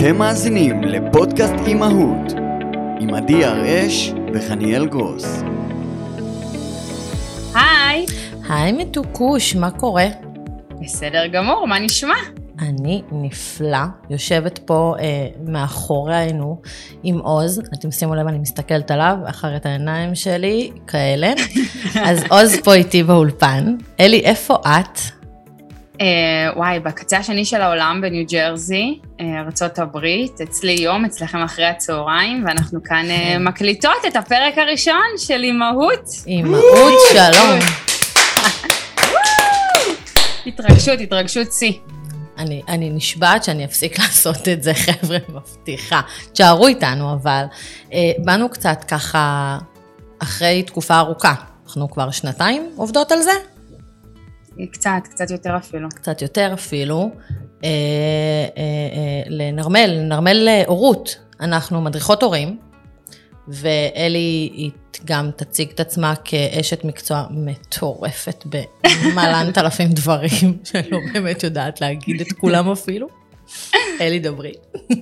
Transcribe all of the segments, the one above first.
אתם מאזינים לפודקאסט אימהות עם עדי הראש וחניאל גרוס. היי. היי מתוקוש, מה קורה? בסדר גמור, מה נשמע? אני נפלא, יושבת פה מאחורינו עם עוז, אתם שימו לב, אני מסתכלת עליו, אחר את העיניים שלי, כאלה. אז עוז פה איתי באולפן. אלי, איפה את? וואי, בקצה השני של העולם בניו ג'רזי, ארצות הברית, אצלי יום, אצלכם אחרי הצהריים, ואנחנו כאן מקליטות את הפרק הראשון של אימהות. אימהות, שלום. התרגשות צי. אני נשבעת שאני אפסיק לעשות את זה, חבר'ה, מבטיחה. תשארו איתנו, אבל באנו קצת ככה אחרי תקופה ארוכה. אנחנו כבר 2 עובדות על זה? קצת יותר אפילו. קצת יותר אפילו. לנרמל אורות. אנחנו מדריכות הורים, ואלי גם תציג את עצמה כאשת מקצוע מטורפת במלנת אלפים דברים, שלא באמת יודעת להגיד את כולם אפילו. אלי, דברי.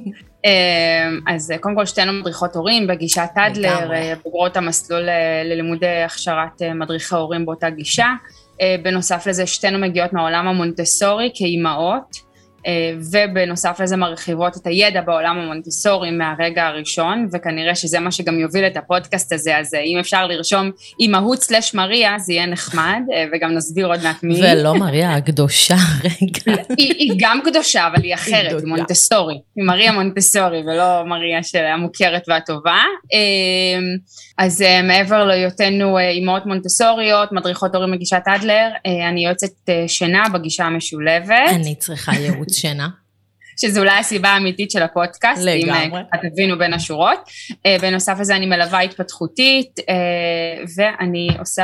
אז קודם כל שתינו מדריכות הורים בגישת אדלר, בוגרות המסלול ללימודי הכשרת מדריכי הורים באותה גישה. בנוסף לזה שתינו מגיעות מהעולם המונטסורי כאימהות, ובנוסף לזה מרחיבות את הידע בעולם המונטסורי מהרגע הראשון, וכנראה שזה מה שגם יוביל את הפודקאסט הזה, אז אם אפשר לרשום אימהות/מריה, זה יהיה נחמד, וגם נסביר עוד מעט מי. ולא מריה הקדושה, רגע. היא גם קדושה, אבל היא אחרת, היא מונטסורי, היא מריה מונטסורי, ולא מריה של המוכרת והטובה. אז מעבר להיותנו אימהות מונטסוריות, מדריכות הורים מגישת אדלר, אני יועצת שינה בגישה המשולבת. אני צריכה ייעוץ שינה. שזו אולי הסיבה האמיתית של הפודקאסט, לגמרי. אם תבינו בין השורות. בנוסף לזה אני מלווה התפתחותית, ואני עושה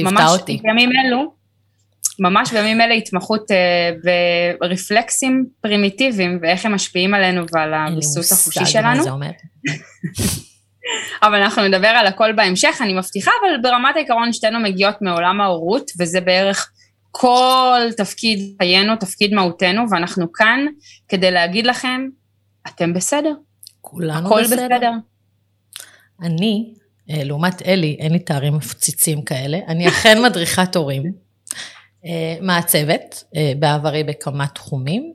ממש בימים אלה התמחות ברפלקסים פרימיטיביים, ואיך הם משפיעים עלינו ועל הביסוס החושי שלנו. מה זה אומר? אבל אנחנו נדבר על הכל בהמשך, אני מבטיחה, אבל ברמת העיקרון שתינו מגיעות מעולם ההורות, וזה בערך כל תפקיד חיינו, תפקיד מהותנו, ואנחנו כאן כדי להגיד לכם, אתם בסדר. כולנו הכל בסדר. אני, לעומת אלי, אין לי תארים מפציצים כאלה, אני אכן מדריכת הורים, מעצבת, בעברי בכמה תחומים,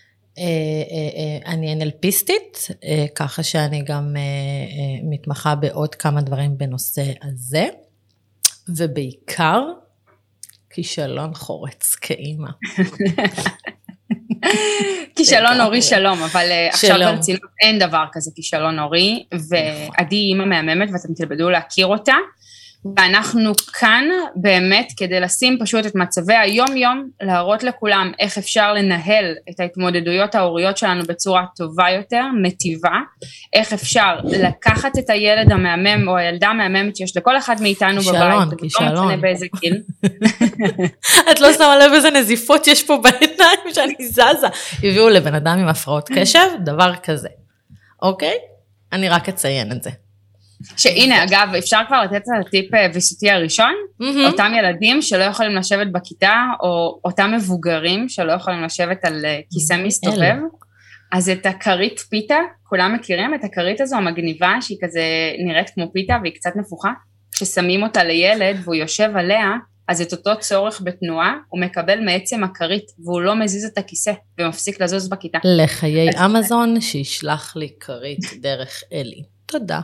אני NLPיסטית, ככה שאני גם מתמחה בעוד כמה דברים בנושא הזה, ובעיקר כישלון חורץ כאימא. כישלון הורי שלום, אבל עכשיו ברצינות אין דבר כזה כישלון הורי, ועדי אימא מהממת ואתם תלמדו להכיר אותה, ואנחנו כאן באמת כדי לשים פשוט את מצבי היום-יום, להראות לכולם איך אפשר לנהל את ההתמודדויות ההוריות שלנו בצורה טובה יותר, מטיבה, איך אפשר לקחת את הילד המהמם או הילדה המהממת שיש לכל אחד מאיתנו בבית, כישלון. לא משנה באיזה גיל. את לא שמה לב איזה נזיפות יש פה בעיניים שאני זזה. הביאו לבן אדם עם הפרעות קשב, דבר כזה. אוקיי? אני רק אציין את זה. שהנה, אגב, אפשר כבר לתת את הטיפ ויסותי הראשון, אותם ילדים שלא יכולים לשבת בכיתה, או אותם מבוגרים שלא יכולים לשבת על כיסא מסתובב, אז את הכרית פיתה, כולם מכירים את הכרית הזו המגניבה, שהיא כזה נראית כמו פיתה, והיא קצת נפוחה, כששמים אותה לילד והוא יושב עליה, אז את אותו צורך בתנועה, הוא מקבל מעצם הכרית, והוא לא מזיז את הכיסא, ומפסיק לזוז בכיתה. לחיי אמזון, שישלח לי כרית דרך אלי. תודה.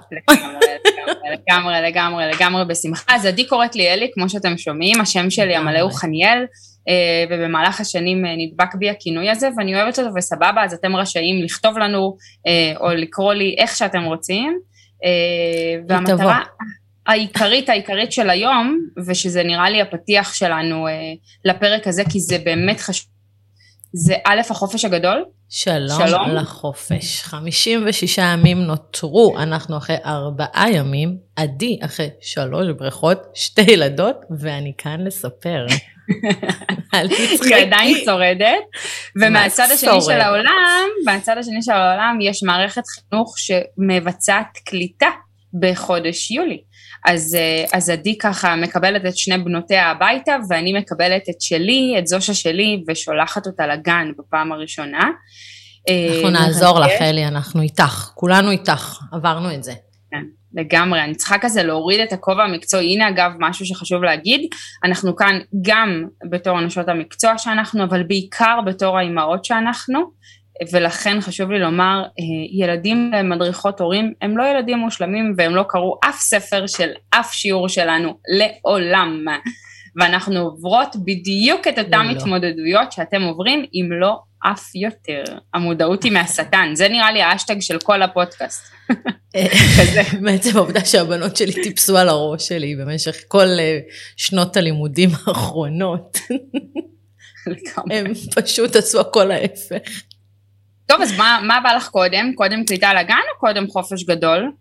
לגמרי בשמחה. אז עדי קוראת לי אלי, כמו שאתם שומעים, השם שלי המלא הוא חניאל, ובמהלך השנים נדבק בי הכינוי הזה, ואני אוהבת אותו וסבבה, אז אתם רשאים לכתוב לנו, או לקרוא לי איך שאתם רוצים, והמטרה העיקרית של היום, ושזה נראה לי הפתיח שלנו לפרק הזה, כי זה באמת חשוב, זה א' החופש הגדול. שלום לחופש. 56 ימים נותרו, אנחנו אחרי 4 ימים, עדי אחרי 3 בריכות, 2 ילדות, ואני כאן לספר. היא עדיין שורדת, ומהצד השני של העולם, יש מערכת חינוך שמבצעת קליטה בחודש יולי. אז עדי ככה מקבלת את 2 בנותיה הביתה, ואני מקבלת את שלי, את זושה שלי, ושולחת אותה לגן בפעם הראשונה. אנחנו נעזור לך, אלי, אנחנו איתך, כולנו איתך, עברנו את זה. כן, לגמרי, אני צריכה כזה להוריד את הכובע המקצועי, הנה אגב משהו שחשוב להגיד, אנחנו כאן גם בתור אנשות המקצוע שאנחנו, אבל בעיקר בתור האימהות שאנחנו, ולכן חשוב לי לומר, ילדים מדריכות הורים, הם לא ילדים מושלמים, והם לא קראו אף ספר של אף שיעור שלנו לעולם, ואנחנו עוברות בדיוק את אותם התמודדויות שאתם עוברים, אם לא אף יותר. המודעות היא מהשטן, זה נראה לי האשטג של כל הפודקאסט. בעצם העובדה שהבנות שלי טיפסו על הראש שלי, במשך כל שנות הלימודים האחרונות, הם פשוט עשו הכל ההפך. טוב, אז מה בא לך קודם? קודם קליטה לגן או קודם חופש גדול?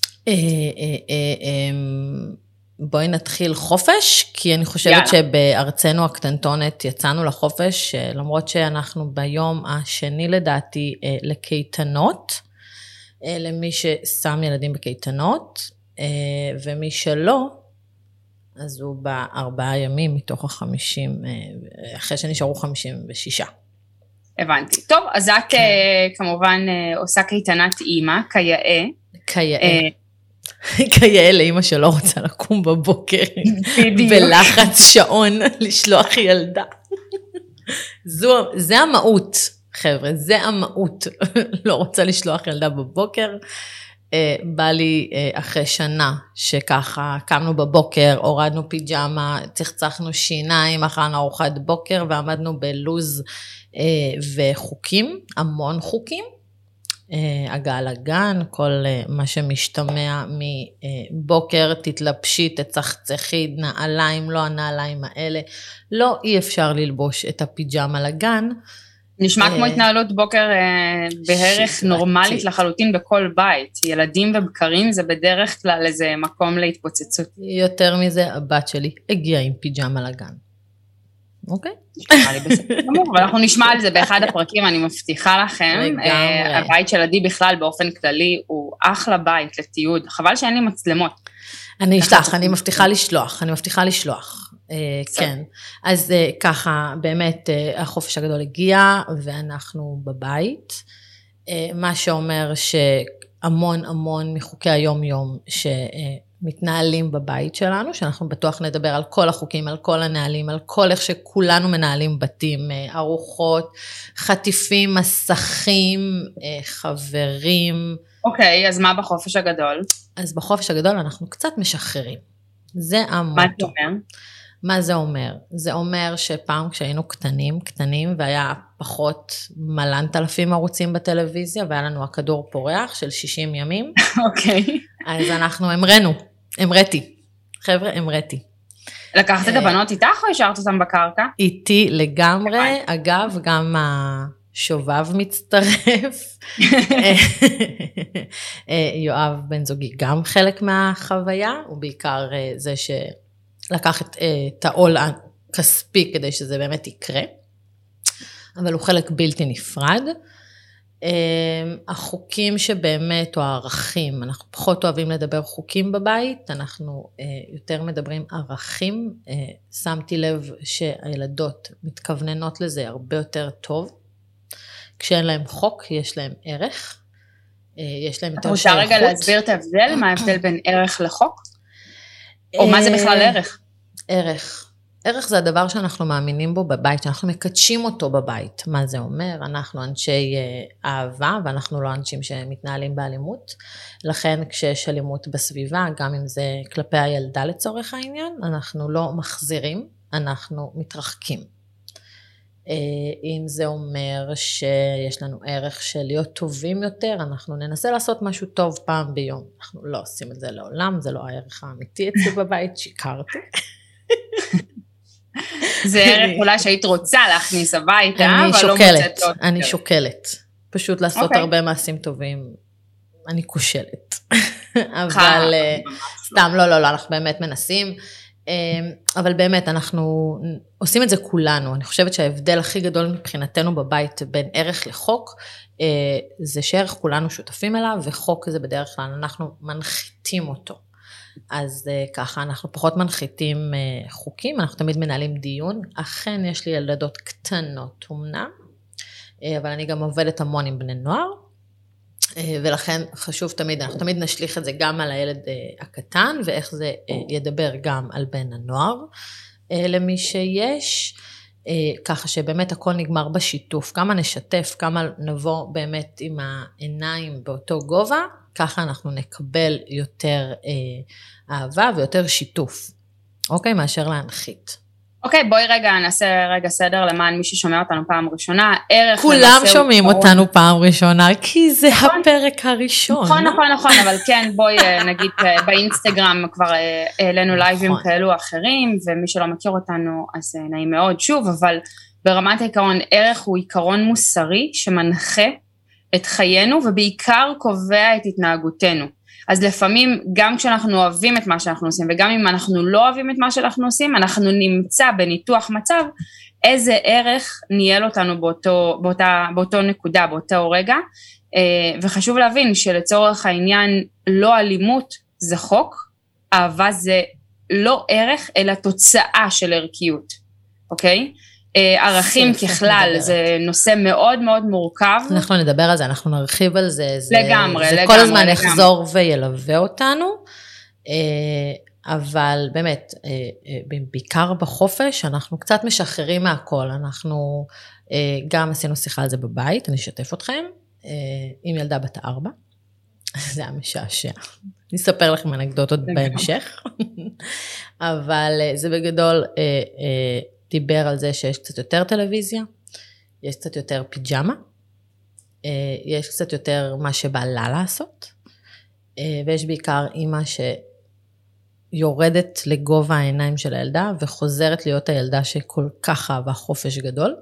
בואי נתחיל חופש, כי אני חושבת שבארצנו הקטנטונת יצאנו לחופש, למרות שאנחנו ביום השני לדעתי לקייטנות, למי ששם ילדים בקייטנות, ומי שלא, אז הוא ב4 ימים מתוך 50, אחרי שנשארו 56. הבנתי. טוב, אז את כמובן עושה קייטנת אימא, כיאה. כיאה לאמא שלא רוצה לקום בבוקר, בלחץ שעון לשלוח ילדה. זה המהות, חבר'ה, זה המהות. לא רוצה לשלוח ילדה בבוקר. בא לי אחרי שנה שככה קמנו בבוקר, הורדנו פיג'מה, צחצחנו שיניים, אכלנו ארוחת בוקר ועמדנו בלוז וחוקים, המון חוקים. הגעה לגן, כל מה שמשתמע מבוקר, תתלבשי, תצחצחי, נעליים, לא הנעליים האלה, לא אי אפשר ללבוש את הפיג'מה לגן. נשמע כמו התנהלות בוקר בערך נורמלית לחלוטין בכל בית, ילדים ובקרים זה בדרך כלל איזה מקום להתפוצצות. יותר מזה, הבת שלי הגיעה עם פיג'מה לגן. אוקיי? אבל אנחנו נשמע על זה באחד הפרקים, אני מבטיחה לכם. הבית של עדי בכלל באופן כללי הוא אחלה בית לתיעוד, חבל שאין לי מצלמות. אני אשלח, אני מבטיחה לשלוח. כן, אז ככה באמת החופש הגדול הגיע ואנחנו בבית, מה שאומר שהמון המון מחוקי היום יום מתנהלים בבית שלנו, שאנחנו בטוח נדבר על כל החוקים, על כל הנהלים, על כל איך שכולנו מנהלים בתים, ארוחות, חטיפים, מסכים, חברים. אוקיי, אז מה בחופש הגדול? אז בחופש הגדול אנחנו קצת משחררים. זה המוטו. מה זה אומר? מה זה אומר? זה אומר שפעם כשהיינו קטנים, והיה פחות 1,000 ערוצים בטלוויזיה, והיה לנו הכדור פורח של 60 ימים. אוקיי. אז אנחנו המראתי. חבר'ה, המראתי. לקחת את הבנות איתך או השארת אותם בקרקע? איתי לגמרי, אגב, גם השובב מצטרף. יואב בן זוגי גם חלק מהחוויה, ובעיקר זה שלקח את העול הכספי כדי שזה באמת יקרה, אבל הוא חלק בלתי נפרד. החוקים שבאמת, או הערכים, אנחנו פחות אוהבים לדבר חוקים בבית, אנחנו יותר מדברים ערכים, שמתי לב שהילדות מתכווננות לזה הרבה יותר טוב, כשאין להם חוק, יש להם ערך, יש להם יותר שייכות. רוצה רגע להסביר את ההבדל, מה ההבדל בין ערך לחוק? או מה זה בכלל ערך? ערך זה הדבר שאנחנו מאמינים בו בבית, שאנחנו מקדשים אותו בבית. מה זה אומר? אנחנו אנשי אהבה, ואנחנו לא אנשים שמתנהלים באלימות. לכן כשיש אלימות בסביבה, גם אם זה כלפי הילדה לצורך העניין, אנחנו לא מחזירים, אנחנו מתרחקים. אם זה אומר שיש לנו ערך של להיות טובים יותר, אנחנו ננסה לעשות משהו טוב פעם ביום. אנחנו לא עושים את זה לעולם, זה לא הערך האמיתי אצלי בבית, שיקרתי. זה ערך אולי שהיית רוצה להכניס הביתה, אבל לא מוצאת עוד. אני שוקלת. פשוט לעשות הרבה מעשים טובים, אני כושלת. אבל סתם, לא, אנחנו באמת מנסים. אבל באמת אנחנו עושים את זה כולנו. אני חושבת שההבדל הכי גדול מבחינתנו בבית בין ערך לחוק, זה שערך כולנו שותפים אליו, וחוק זה בדרך כלל אנחנו מנחיתים אותו. אז ככה אנחנו פחות מנחיתים חוקים, אנחנו תמיד מנהלים דיון. אכן יש לי ילדות קטנות אמנם, אבל אני גם עובדת המון עם בני נוער, ולכן חשוב תמיד, אנחנו תמיד נשליך את זה גם על הילד הקטן, ואיך זה ידבר גם על בן הנוער, למי שיש, ככה שבאמת הכל נגמר בשיתוף, כמה נשתף, כמה נבוא באמת עם העיניים באותו גובה, ככה אנחנו נקבל יותר אהבה ויותר שיתוף, אוקיי? מאשר להנחית. אוקיי, בואי רגע נעשה רגע סדר למען מי ששומע אותנו פעם ראשונה. כולם שומעים אותנו פעם ראשונה, כי זה הפרק הראשון. נכון, אבל כן, בואי נגיד באינסטגרם כבר העלינו לייבים כאלו או אחרים, ומי שלא מכיר אותנו אז נעים מאוד שוב, אבל ברמת העיקרון ערך הוא עיקרון מוסרי שמנחה את חיינו, ובעיקר קובע את התנהגותנו. אז לפעמים, גם כשאנחנו אוהבים את מה שאנחנו עושים, וגם אם אנחנו לא אוהבים את מה שאנחנו עושים, אנחנו נמצא בניתוח מצב, איזה ערך ניהל אותנו באותו נקודה, באותו רגע, וחשוב להבין שלצורך העניין, לא אלימות זה חוק, אהבה זה לא ערך, אלא תוצאה של ערכיות, אוקיי? ערכים ככלל, זה נושא מאוד מאוד מורכב. אנחנו נדבר על זה, אנחנו נרחיב על זה. לגמרי. זה כל הזמן יחזור וילווה אותנו, אבל באמת, בעיקר בחופש, אנחנו קצת משחררים מהכל, אנחנו גם עשינו שיחה על זה בבית, אני אשתף אתכם, עם ילדה בת 4, זה היה משעשע. אני אספר לכם אנקדוטות בהמשך, אבל זה בגדול, דיבר על זה שיש קצת יותר טלוויזיה, יש קצת יותר פיג'מה, יש קצת יותר מה שבא לה לעשות, ויש בעיקר אימא שיורדת לגובה העיניים של הילדה, וחוזרת להיות הילדה שכל כך אהבה חופש גדול.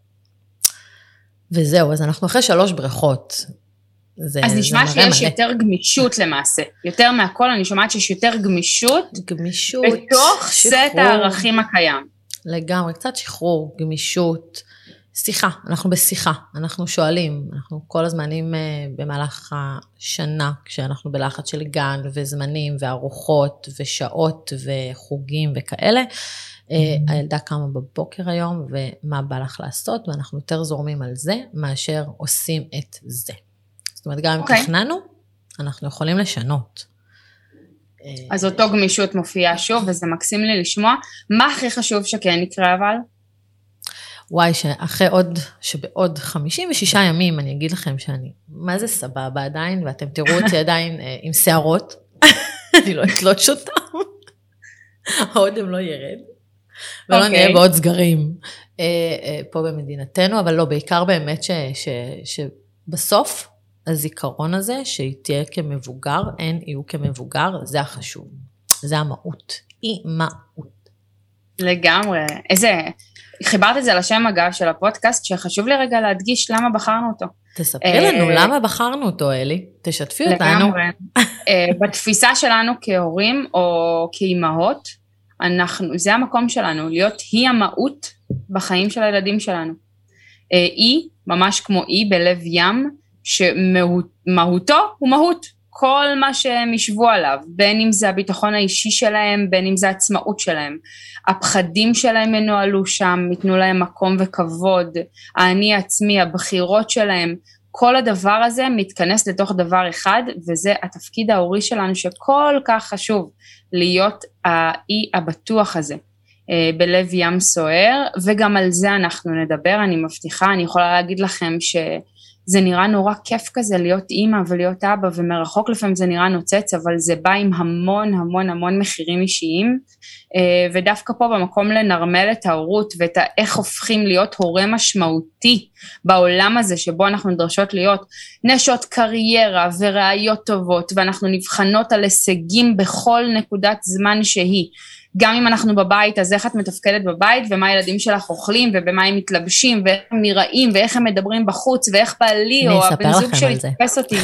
וזהו, אז אנחנו אחרי 3 בריכות. אז נשמע שיש יותר גמישות למעשה, יותר מהכל אני שומעת שיש יותר גמישות, בתוך סט הערכים הקיים. לגמרי, קצת שחרור, גמישות, שיחה, אנחנו בשיחה, אנחנו שואלים, אנחנו כל הזמנים במהלך השנה, כשאנחנו בלחץ של גן וזמנים וארוחות ושעות וחוגים וכאלה, הילדה קמה בבוקר היום ומה בא לך לעשות, ואנחנו יותר זורמים על זה מאשר עושים את זה. זאת אומרת, גם אם תכננו, אנחנו יכולים לשנות. אז אותו גמישות מופיעה שוב, וזה מקסים לי לשמוע. מה הכי חשוב שכן נקרא אבל? וואי, שבעוד 56 ימים אני אגיד לכם שאני, מה זה סבבה עדיין, ואתם תראו אותי עדיין עם שערות, אני לא אתלוש אותם, האודם לא ירד, ולא נהיה בעוד סגרים פה במדינתנו, אבל לא, בעיקר באמת שבסוף, הזיכרון הזה, שהיא תהיה כמבוגר, הן יהיו כמבוגר, זה החשוב. זה המהות. היא מהות. לגמרי. חיברת את זה לשם אגב של הפודקאסט, שחשוב לי רגע להדגיש למה בחרנו אותו. תספרי לנו למה בחרנו אותו, אלי. תשתפי אותנו. לגמרי. בתפיסה שלנו כהורים או כאימהות, זה המקום שלנו, להיות היא המהות בחיים של הילדים שלנו. היא, ממש כמו היא בלב ים, שמהותו הוא מהות, כל מה שהם ישבו עליו, בין אם זה הביטחון האישי שלהם, בין אם זה העצמאות שלהם, הפחדים שלהם ינועלו שם, ייתנו להם מקום וכבוד, האני העצמי, הבחירות שלהם, כל הדבר הזה מתכנס לתוך דבר אחד, וזה התפקיד ההורי שלנו שכל כך חשוב להיות האי הבטוח הזה, בלב ים סוער, וגם על זה אנחנו נדבר, אני מבטיחה, אני יכולה להגיד לכם זה נראה נורא כיף כזה להיות אימא ולהיות אבא, ומרחוק לפעמים זה נראה נוצץ, אבל זה בא עם המון המון המון מחירים אישיים, ודווקא פה במקום לנרמל את ההורות, ואת איך הופכים להיות הורה משמעותי, בעולם הזה שבו אנחנו נדרשות להיות נשות קריירה וראיות טובות, ואנחנו נבחנות על הישגים בכל נקודת זמן שהיא, גם אם אנחנו בבית, אז איך את מתפקדת בבית, ומה הילדים שלך אוכלים, ובמה הם מתלבשים, ואיך הם נראים, ואיך הם מדברים בחוץ, ואיך בעלי, או הבן זוג שלי תפס אותי.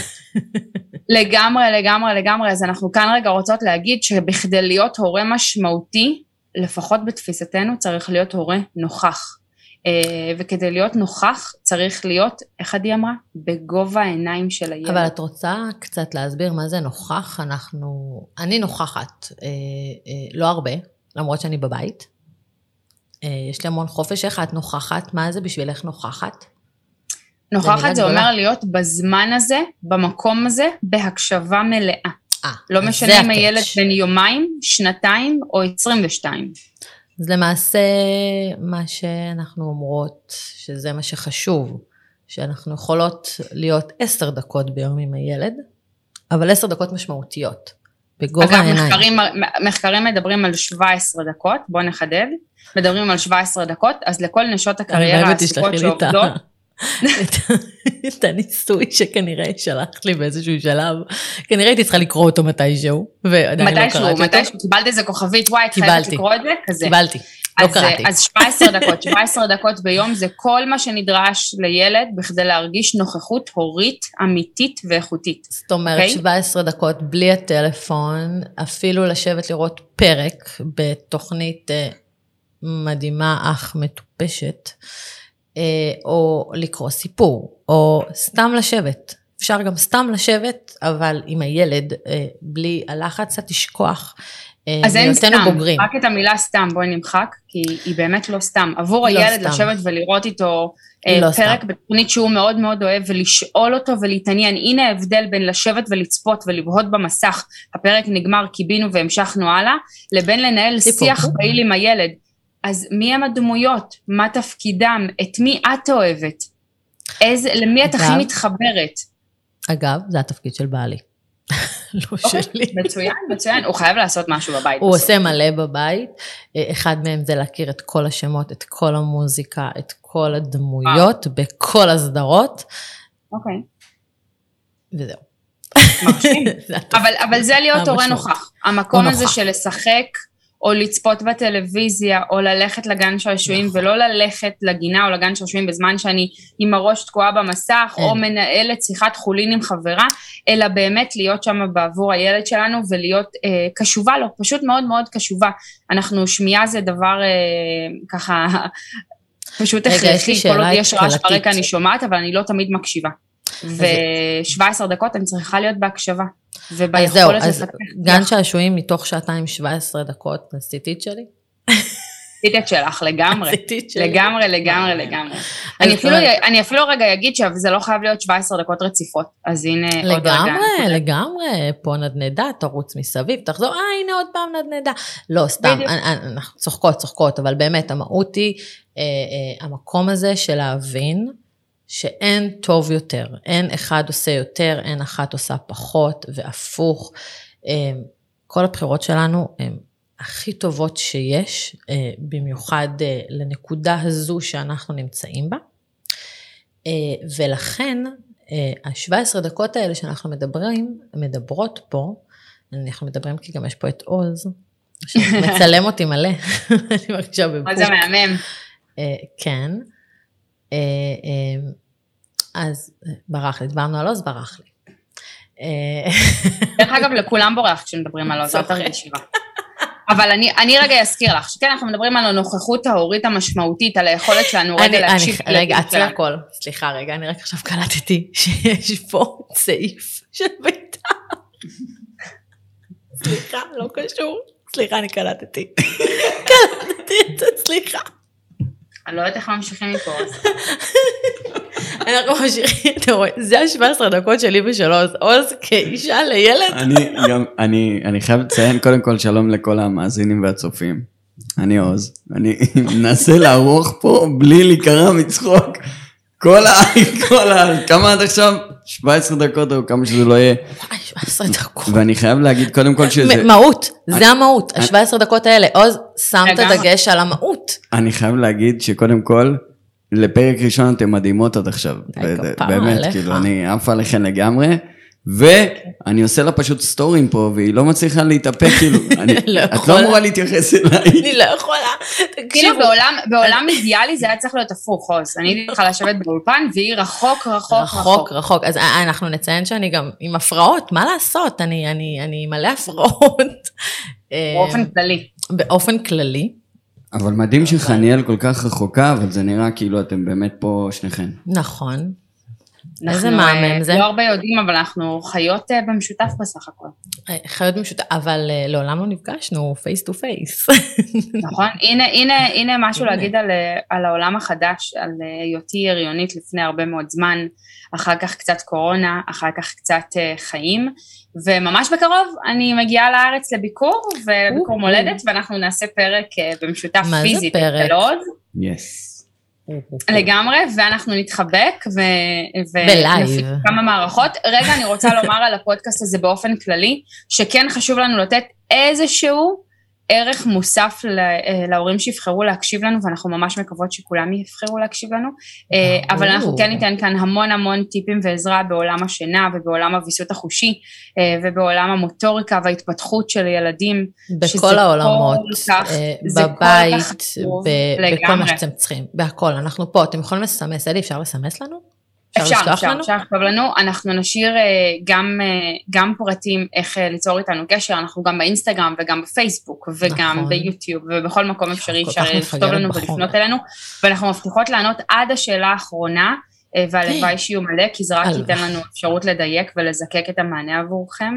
לגמרי, אז אנחנו כאן רגע רוצות להגיד, שבכדי להיות הורה משמעותי, לפחות בתפיסתנו, צריך להיות הורה נוכח. וכדי להיות נוכח, צריך להיות, איך עדי אמרה? בגובה העיניים של הילד. אבל את רוצה קצת להסביר מה זה נוכח? אני נוכחת, לא הרבה, למרות שאני בבית. יש לי המון חופש, איך את נוכחת? מה זה בשבילך נוכחת? נוכחת זה אומר להיות בזמן הזה, במקום הזה, בהקשבה מלאה. לא משנה אם הילד בן יומיים, שנתיים או 22. אז למעשה מה שאנחנו אומרות, שזה מה שחשוב, שאנחנו יכולות להיות 10 דקות ביום עם הילד, אבל 10 דקות משמעותיות, בגובה העיניים. אגב, מחקרים מדברים על 17 דקות, בואו נחדד, מדברים על 17 דקות, אז לכל נשות הקריירה העסוקות שעובדות, את הניסוי שכנראה שלחת לי באיזשהו שלב, כנראה הייתי צריכה לקרוא אותו מתישהו, ועדיין לא קראתי אותו. מתישהו, קיבלת איזה כוכבית, וואי, את חייבת לקרוא את זה, כזה. קיבלתי, לא קראתי. אז 17 דקות ביום, זה כל מה שנדרש לילד, בכדי להרגיש נוכחות הורית, אמיתית ואיכותית. זאת אומרת, 17 דקות בלי הטלפון, אפילו לשבת לראות פרק, בתוכנית מדהימה אך מטופשת, או לקרוא סיפור, או סתם לשבת. אפשר גם סתם לשבת, אבל עם הילד, בלי הלחץ, תשכוח. אז אין סתם, בוגרים. רק את המילה סתם, בואי נמחק, כי היא באמת לא סתם. עבור הילד לשבת ולראות איתו פרק בתוכנית שהוא מאוד מאוד אוהב, ולשאול אותו ולהתעניין. הנה ההבדל בין לשבת ולצפות ולבהות במסך, הפרק נגמר, קיבינו והמשכנו הלאה, לבין לנהל שיח פעיל עם הילד. אז מי הם הדמויות? מה תפקידם? את מי את אוהבת? למי את הכי מתחברת? אגב, זה התפקיד של בעלי. לא שלי. מצוין. הוא חייב לעשות משהו בבית. הוא עושה מלא בבית. אחד מהם זה להכיר את כל השמות, את כל המוזיקה, את כל הדמויות, בכל הסדרות. אוקיי. וזהו. מרשים. אבל זה להיות הורה נוכח. המקום הזה של לשחק, או לצפות בטלוויזיה, או ללכת לגן שעשועים, ולא ללכת לגינה או לגן שעשועים בזמן שאני עם הראש תקועה במסך, או מנהלת שיחת חולין עם חברה, אלא באמת להיות שם בעבור הילד שלנו, ולהיות קשובה לו, פשוט מאוד מאוד קשובה. אנחנו, שמיעה זה דבר ככה, פשוט הכרחי, כל עוד יש רעש ברקע אני שומעת, אבל אני לא תמיד מקשיבה. ו17 דקות אני צריכה להיות בהקשבה. אז זהו, אז גן שעשועים מתוך 2:17 דקות, עשיתי את שלי? עשיתי את שלך, לגמרי. לגמרי. אני אפילו רגע אגיד שזה לא חייב להיות 17 דקות רציפות, אז הנה עוד רגע. לגמרי, פה נדנדה, תרוץ מסביב, תחזור, הנה עוד פעם נדנדה. לא, סתם, אנחנו צוחקות, אבל באמת המהות היא, המקום הזה של להבין, שאין טוב יותר, אין אחד עושה יותר, אין אחת עושה פחות, והפוך. כל הבחירות שלנו הן הכי טובות שיש, במיוחד לנקודה הזו שאנחנו נמצאים בה, ולכן ה-17 דקות האלה שאנחנו מדברות פה, אנחנו מדברים כי גם יש פה את עוז, שמצלם אותי מלא, אני מרגישה בבוק. מה זה מהמם? כן. אז ברח לי, דברנו על עוז, ברח לי. דרך אגב, לכולם בורח כשמדברים על עוז, אל תרגישי רע. אבל אני רגע אזכיר לך, שכן אנחנו מדברים על הנוכחות ההורית המשמעותית, על היכולת שלנו רגע להקשיב. רגע, עצרי הכל, סליחה רגע, אני רק עכשיו קלטתי שיש פה סעיף של ביתה. סליחה, לא קשור. סליחה, אני קלטתי את זה, סליחה. אני לא יודעת איך ממשיכים מפה. אנחנו ממשיכים, אתה רואה, זה ה-17 דקות שלי בשלוש, עוז כאישה לילד. אני חייב לציין קודם כל שלום לכל המאזינים והצופים. אני עוז, אני מנסה לערוך פה בלי להיקרע מצחוק. כמה עד עכשיו? 17 דקות או כמה שזה לא יהיה. 17 דקות. ואני חייב להגיד קודם כל שזה... מהות, זה המהות, ה-17 דקות האלה. עוז, שמת דגש על המהות. אני חייב להגיד שקודם כל, לפרק ראשון אתם מדהימות עד עכשיו. באמת, כאילו, אני עף עליכם לגמרי. ואני עושה לה פשוט סטורים פה, והיא לא מצליחה להתאפק, כאילו, את לא אמורה להתייחס אליי. אני לא יכולה. כאילו בעולם אידיאלי זה היה צריך להיות הפוך, עוז. אני הייתי צריכה לשבת באולפן, והיא רחוק. אז אנחנו נציין שאני גם עם הפרעות, מה לעשות? אני מלא הפרעות. באופן כללי. אבל מדהים שחניאל כל כך רחוקה, אבל זה נראה כאילו אתם באמת פה שניכם. נכון. איזה מהמם זה? לא הרבה יודעים, אבל אנחנו חיות במשותף בסך הכל. חיות במשותף, אבל לעולם לא נפגשנו, פייס טו פייס. נכון, הנה משהו להגיד על העולם החדש, על היותי הריונית לפני הרבה מאוד זמן, אחר כך קצת קורונה, אחר כך קצת חיים, וממש בקרוב אני מגיעה לארץ לביקור, וביקור מולדת, ואנחנו נעשה פרק במשותף פיזית. מה זה פרק? יס. לגמרי, ואנחנו נתחבק בלייב. כמה מערכות. רגע, אני רוצה לומר על הפודקאסט הזה באופן כללי, שכן חשוב לנו לתת איזשהו ערך מוסף להורים שיבחרו להקשיב לנו, ואנחנו ממש מקוות שכולם יבחרו להקשיב לנו, אבל אנחנו כן ניתן כאן המון טיפים ועזרה בעולם השינה, ובעולם הוויסות החושי, ובעולם המוטוריקה וההתפתחות של ילדים. בכל העולמות, בבית, בכל מה שאתם צריכים, בהכל, אנחנו פה, אתם יכולים לסמס, אלי, אפשר לסמס לנו? אפשר לכתוב לנו, אנחנו נשאיר גם פרטים איך ליצור איתנו קשר, אנחנו גם באינסטגרם וגם בפייסבוק וגם ביוטיוב ובכל מקום אפשרי אפשר לכתוב לנו ולפנות אלינו, ואנחנו מבטיחות לענות עד השאלה האחרונה, והלוואי שיהיו מלא, כי זה רק ייתן לנו אפשרות לדייק ולזקק את המענה עבורכם.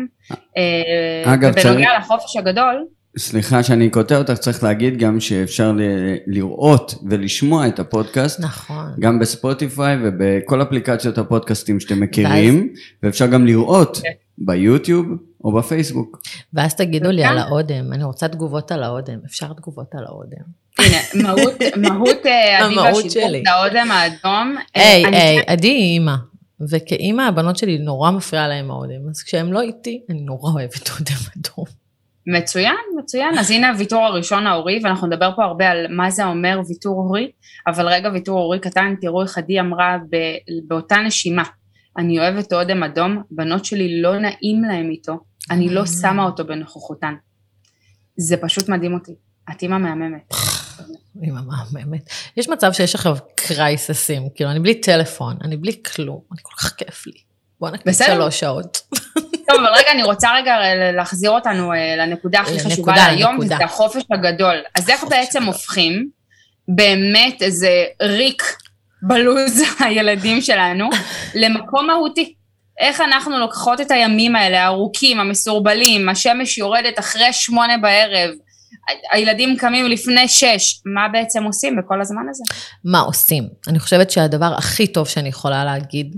ובנוגע לחופש הגדול, סליחה שאני קוטע אותך, צריך להגיד גם שאפשר לראות ולשמוע את הפודקאסט, נכון. גם בספוטיפיי ובכל אפליקציות הפודקאסטים שאתם מכירים, ואפשר גם לראות ביוטיוב או בפייסבוק. ואז תגידו לי על האודם, אני רוצה תגובות על האודם, אפשר תגובות על האודם. הנה, מהות הדיבה שידור, האודם האדום. היי, עדי היא אימא, וכאימא הבנות שלי נורא מפריעה להם האודם, אז כשהם לא איתי, אני נורא אוהבת אודם אדום. מצוין, אז הנה הוויתור הראשון ההורי, ואנחנו נדבר פה הרבה על מה זה אומר ויתור הורי, אבל רגע ויתור הורי קטן, תראו איך עדי אמרה באותה נשימה, אני אוהבת אודם אדום, בנות שלי לא נעים להם איתו, אני לא שמה אותו בנוכחותן, זה פשוט מדהים אותי, את אימא מהממת. אימא מהממת, יש מצב שיש עכשיו קרייססים, כאילו אני בלי טלפון, אני בלי כלום, אני כל כך כיף לי, בוא נקליט 3 שעות. טוב, אבל רגע, אני רוצה להחזיר אותנו לנקודה הכי חשובה להיום, זה החופש הגדול. אז איך בעצם הופכים באמת איזה ריק בלוז הילדים שלנו למקום מהותי? איך אנחנו לוקחות את הימים האלה, הארוכים, המסורבלים, השמש יורדת אחרי 8 בערב, הילדים קמים לפני 6, מה בעצם עושים בכל הזמן הזה? מה עושים? אני חושבת שהדבר הכי טוב שאני יכולה להגיד,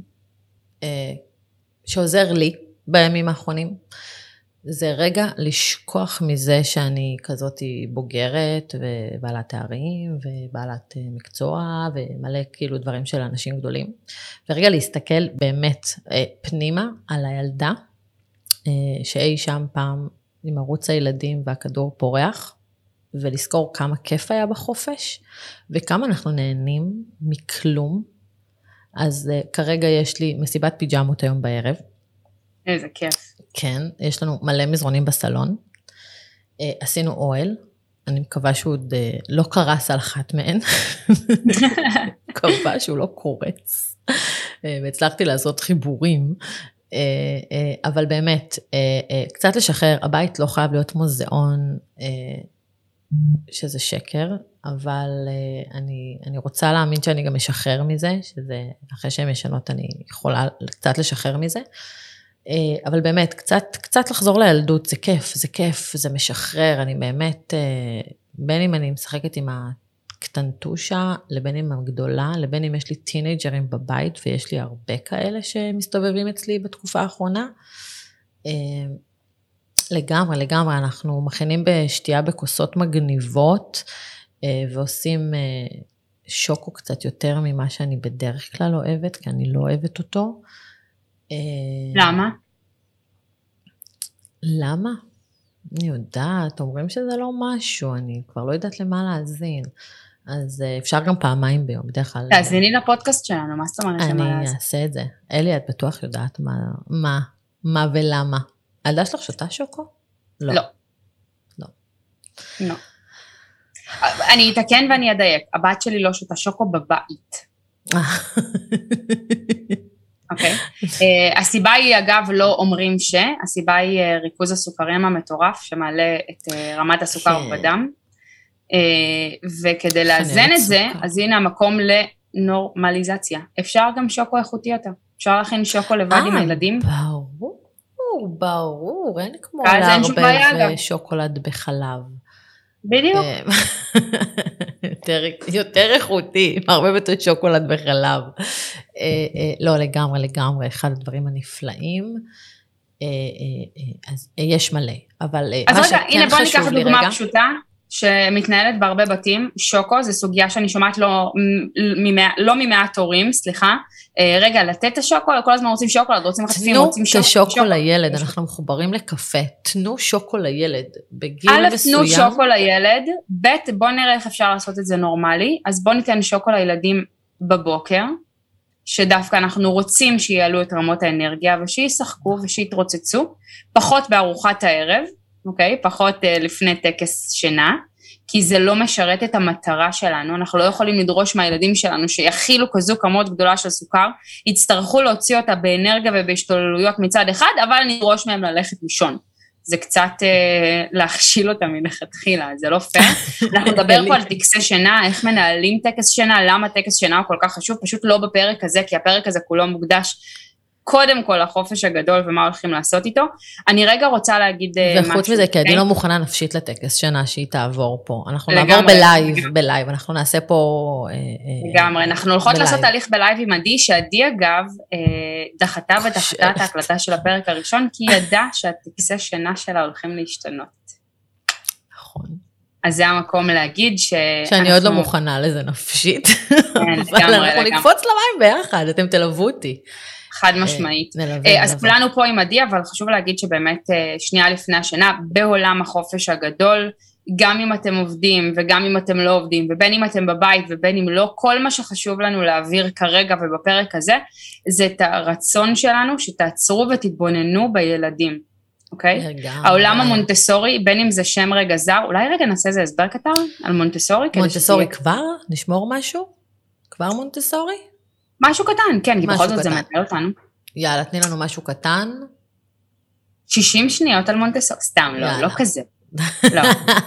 שעוזר לי, בימים האחרונים, זה רגע לשכוח מזה שאני כזאת בוגרת ובעלת תארים ובעלת מקצוע ומלא כאילו דברים של אנשים גדולים, ורגע להסתכל באמת פנימה על הילדה שאי שם פעם עם ערוץ הילדים והכדור פורח, ולזכור כמה כיף היה בחופש וכמה אנחנו נהנים מכלום. אז כרגע יש לי מסיבת פיג'מות היום בערב, איזה כיף. כן, יש לנו מלא מזרונים בסלון, עשינו אוהל, אני מקווה שהוא עוד לא קרס על אחת מהן, מקווה שהוא לא קורץ, והצלחתי לעשות חיבורים, אבל באמת, קצת לשחרר, הבית לא חייב להיות מוזיאון, שזה שקר, אבל אני רוצה להאמין שאני גם משחרר מזה, שזה אחרי שהן ישנות אני יכולה קצת לשחרר מזה, אבל באמת, קצת לחזור לילדות, זה כיף, זה משחרר, אני באמת, בין אם אני משחקת עם הקטנטושה, לבין אם הגדולה, לבין אם יש לי טינג'רים בבית, ויש לי הרבה כאלה שמסתובבים אצלי בתקופה האחרונה, לגמרי, אנחנו מכינים בשתייה בכוסות מגניבות, ועושים שוקו קצת יותר ממה שאני בדרך כלל אוהבת, כי אני לא אוהבת אותו, למה? למה? אני יודעת, אומרים שזה לא משהו, אני כבר לא יודעת למה להאזין, אז אפשר גם פעמיים ביום, בדרך כלל. תאזיני לפודקאסט שלנו, מה זאת אומרת? אני אעשה את זה. אלי, את בטוח יודעת מה ולמה. הילדה שלך שותה שוקו? לא. אני אתקן ואני אדייק, הבת שלי לא שותה שוקו בבית. אוקיי. הסיבה היא, אגב, לא אומרים הסיבה היא ריכוז הסוכרים המטורף, שמעלה את רמת הסוכר בדם, וכדי לאזן את זה, אז הנה המקום לנורמליזציה. אפשר גם שוקו איכותי יותר. אפשר להכין שוקו לבד עם הילדים. ברור, אין כמו לערבב שוקולד בחלב. בדיוק. יותר איכותי, מערבבת את שוקולד בחלב. לא, לגמרי, אחד הדברים הנפלאים. אז יש מלא, אבל מה שכן חשוב לי רגע. הנה בוא ניקח דוגמה פשוטה, שמתנהלת בהרבה בתים, שוקו, זו סוגיה שאני שומעת לא ממעט הורים, סליחה, רגע, לתת את השוקולד, כל הזמן רוצים שוקולד, רוצים חטיפים, רוצים שוקולד. תנו כשוקו לילד, אנחנו מחוברים לקפה, תנו שוקו לילד, בגיל מסוים. תנו שוקו לילד, בוא נראה איך אפשר לעשות את זה נורמלי, אז בוא ניתן שוקו לילדים בבוקר, שדווקא אנחנו רוצים שיעלו את רמות האנרגיה, ושישחקו ושיתרוצצו, פחות בארוחת הערב, אוקיי? פחות לפני טקס שינה, כי זה לא משרת את המטרה שלנו, אנחנו לא יכולים לדרוש מהילדים שלנו שיכילו כזו כמות גדולה של סוכר, יצטרכו להוציא אותה באנרגיה ובהשתוללויות מצד אחד, אבל נדרוש מהם ללכת לישון. זה קצת להכשיל אותם מלכתחילה, זה לא פייר. אנחנו נדבר פה על טקסי שינה, איך מנהלים טקס שינה, למה טקס שינה הוא כל כך חשוב, פשוט לא בפרק הזה, כי הפרק הזה כולו מוקדש קודם כל לחופש הגדול ומה הולכים לעשות איתו. אני רגע רוצה להגיד משהו. וחוץ מזה, כי אני לא מוכנה נפשית לטקס שינה שהיא תעבור פה. אנחנו נעבור בלייב, אנחנו נעשה פה... לגמרי, אנחנו הולכות לעשות תהליך בלייב עם עדי, שעדי אגב דחתה את ההקלטה של הפרק הראשון, כי היא ידעה שהטקסי שינה שלה הולכים להשתנות. נכון. אז זה המקום להגיד שאני עוד לא מוכנה לזה נפשית. אבל אנחנו נקפוץ למים ביחד, אתם תלוו אותי. חד משמעית. אז כולנו פה עם עדי, אבל חשוב להגיד שבאמת שנייה לפני השנה, בעולם החופש הגדול, גם אם אתם עובדים וגם אם אתם לא עובדים, ובין אם אתם בבית ובין אם לא, כל מה שחשוב לנו להעביר כרגע ובפרק הזה, זה את הרצון שלנו שתעצרו ותתבוננו בילדים, אוקיי? העולם המונטסורי, בין אם זה שם רגע זר, אולי רגע נעשה איזה הסבר קטן על מונטסורי? מונטסורי כבר? נשמור משהו? כבר מונטסורי? משהו קטן, כן, כי בכל זאת זה מעניין אותנו. יאללה, תני לנו משהו קטן. 60 שניות על מונטסורי, סתם, לא כזה. לא.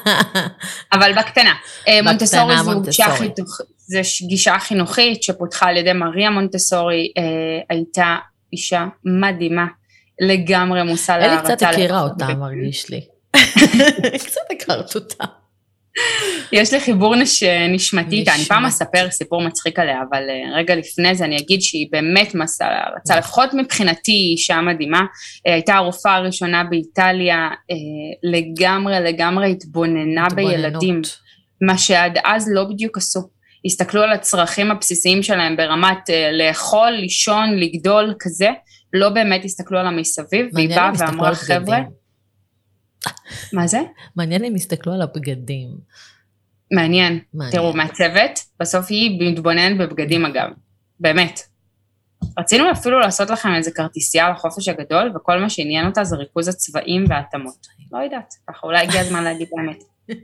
אבל בקטנה. מונטסורי זו גישה חינוכית שפותחה על ידי מריה מונטסורי, הייתה אישה מדהימה, לגמרי מושא להערצה. אלי קצת הכירה אותה, מרגיש לי. קצת הכרת אותה. יש לי חיבור נשמתי, אני פעם אספר סיפור מצחיק עליה, אבל רגע לפני זה אני אגיד שהיא באמת מסע להרצה, לפחות מבחינתי היא אישה מדהימה, הייתה הרופאה הראשונה באיטליה, לגמרי התבוננה בילדים, מה שעד אז לא בדיוק עשו, הסתכלו על הצרכים הבסיסיים שלהם ברמת לאכול, לישון, לגדול, כזה, לא באמת הסתכלו על המסביב, והיא באה ואמרה חבר'ה, מה זה? מעניין אם הסתכלו על הבגדים. מעניין. תראו, מהצוות, בסוף היא מתבוננת בבגדים אגב. באמת. רצינו אפילו לעשות לכם איזה כרטיסייה לחופש הגדול, וכל מה שעניין אותה זה ריכוז הצבעים והתאמות. לא יודעת, ככה אולי הגיע הזמן להגיד באמת.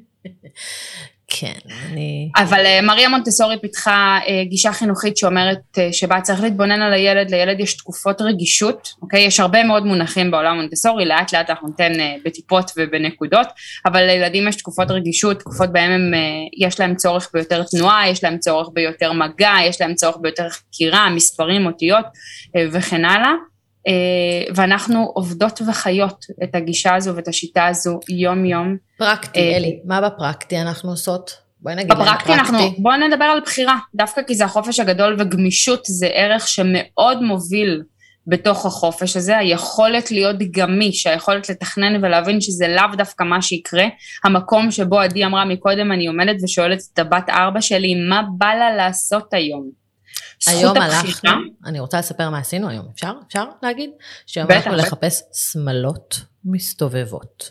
כן, אבל מריה מונטסורי פיתחה גישה חינוכית שאומרת שבה צריך להתבונן על הילד, לילד יש תקופות רגישות, אוקיי? יש הרבה מאוד מונחים בעולם מונטסורי, לאט לאט אנחנו ניתן בטיפות ובנקודות, אבל לילדים יש תקופות רגישות, תקופות בהם יש להם צורך ביותר תנועה, יש להם צורך ביותר מגע, יש להם צורך ביותר חקירה, מספרים, אותיות וכן הלאה. ואנחנו עובדות וחיות את הגישה הזו ואת השיטה הזו יום יום. פרקטי, אלי, מה בפרקטי אנחנו עושות? בואי נגיד להם פרקטי. בואי נדבר על בחירה, דווקא כי זה החופש הגדול וגמישות זה ערך שמאוד מוביל בתוך החופש הזה, היכולת להיות גמיש, היכולת לתכנן ולהבין שזה לאו דווקא מה שיקרה, המקום שבו עדי אמרה מקודם אני עומדת ושואלת את הבת 4 שלי, מה בא לה לעשות היום? היום הלכנו, אני רוצה לספר מה עשינו היום, אפשר להגיד? שהיום הלכנו לחפש שמלות מסתובבות.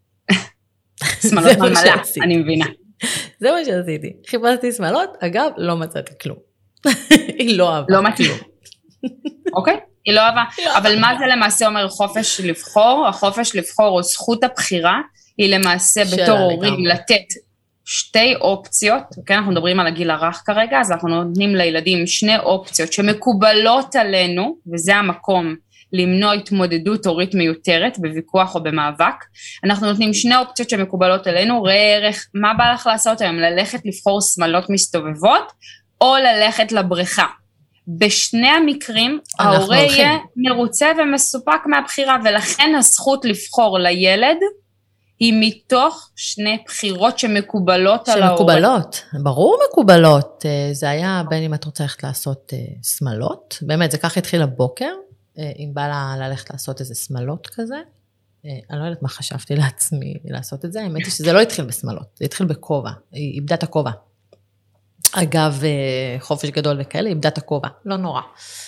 שמלות מלמלה, אני מבינה. זה מה שעשיתי, חיפשתי שמלות, אגב לא מצאתי כלום. היא לא אהבה. לא מצאתי. אוקיי, היא לא אהבה, אבל מה זה למעשה אומר חופש לבחור? החופש לבחור או זכות הבחירה, היא למעשה בתור הורים לתת שתי אופציות, כן, אנחנו מדברים על הגיל הרך כרגע, אז אנחנו נותנים לילדים שני אופציות שמקובלות עלינו, וזה המקום למנוע התמודדות הורית מיותרת בוויכוח או במאבק, אנחנו נותנים שני אופציות שמקובלות עלינו, ראה ערך, מה בא לך לעשות היום? ללכת לבחור שמלות מסתובבות, או ללכת לבריכה. בשני המקרים, ההורה יהיה מרוצה ומסופק מהבחירה, ולכן הזכות לבחור לילד, היא מתוך שני בחירות שמקובלות על ההורה. שמקובלות, ברור מקובלות. זה היה בין אם את רוצה ללכת לעשות שמלות, באמת, זה ככה התחיל הבוקר, אם בא לה ללכת לעשות איזה שמלות כזה, אני לא יודעת מה חשבתי לעצמי לעשות את זה, האמת היא שזה לא התחיל בשמלות, זה התחיל בכובע, היא איבדה את הכובע. אגב, חופש גדול וכאלה, איבדה את הכובע, לא נורא.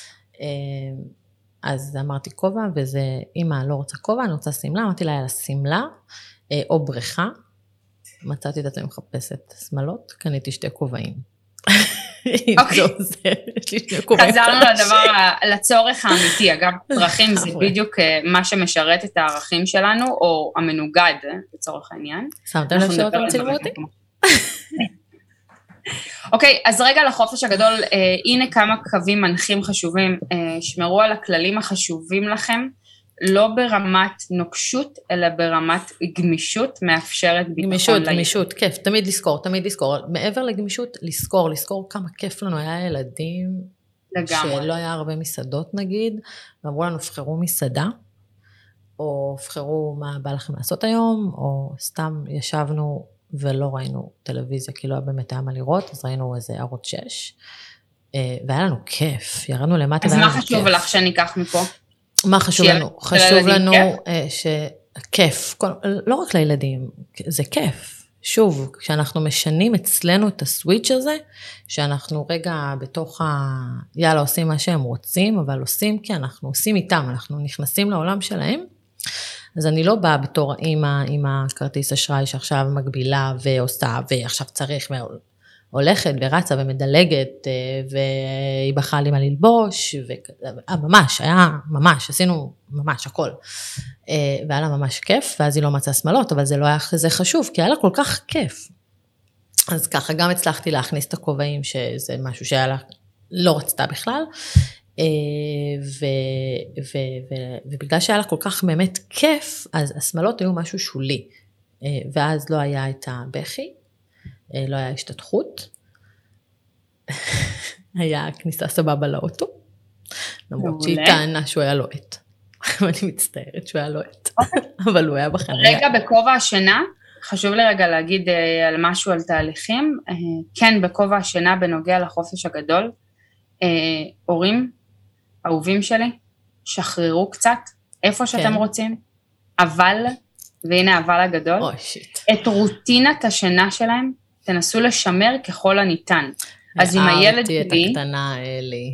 אז אמרתי כובע, וזה, אמא לא רוצה כובע, אני רוצה סמלה, אמרתי לה, יאללה, סמלה, או בריכה, מצאתי את עצמי מחפשת שמלות, קניתי 2 כובעים. חזרנו לדבר, לצורך האמיתי, אגב, צרכים זה בדיוק מה שמשרת את הערכים שלנו, או המנוגד, לצורך העניין. שמתם לב שאתם צילמו אותי? אוקיי, אז רגע לחופש הגדול, הנה כמה קווים מנחים חשובים, שמרו על הכללים החשובים לכם, לא ברמת נוקשות, אלא ברמת גמישות, מאפשרת ביטחון לילד. גמישות, כיף, תמיד לזכור, מעבר לגמישות, לזכור כמה כיף לנו, היה ילדים, לגמרי. שלא היה הרבה מסעדות נגיד, ואמרו לנו, בחרו מסעדה, או בחרו מה בא לכם לעשות היום, או סתם ישבנו ולא ראינו טלוויזיה, כי לא היה באמת היה מה לראות, אז ראינו איזה ערוץ 6, והיה לנו כיף, ירדנו למטה והיה לנו כיף. אז מה חשוב לך שאני אקח מפה? מה חשוב לנו? חשוב לנו שכיף, לא רק לילדים, זה כיף. שוב, כשאנחנו משנים אצלנו את הסוויץ' הזה, שאנחנו רגע בתוך יאללה עושים מה שהם רוצים, אבל עושים כי אנחנו עושים איתם, אנחנו נכנסים לעולם שלהם, אז אני לא באה בתור האמא עם הכרטיס אשראי שעכשיו מגבילה ועושה, ועכשיו צריך, הולכת ורצה ומדלגת, והיא בחרה לי מה ללבוש, ממש, היה ממש, עשינו ממש הכל, והיה לה ממש כיף, ואז היא לא מצאה שמלות, אבל זה לא היה כזה חשוב, כי היה לה כל כך כיף. אז ככה, גם הצלחתי להכניס את הכובעים, שזה משהו שהיה לה לא רצתה בכלל, ובגלל שהיה לה כל כך באמת כיף, אז השמלות היו משהו שולי, ואז לא היה את הבכי, לא היה השתתחות, היה כניסה סבבה לאוטו, למרות שהיא טענה שהוא היה לוהט, ואני מצטערת שהוא היה לוהט, אבל הוא היה בחניה. רגע, בכובע השינה, חשוב לי רגע להגיד על משהו על תהליכים, כן, בכובע השינה בנוגע לחופש הגדול, הורים, אהובים שלי, שחררו קצת, איפה שאתם רוצים, אבל, והנה אבל הגדול, את רוטינת השינה שלהם, תנסו לשמר ככל הניתן. אז עם הילד שלי... הערתי את הקטנה אלי.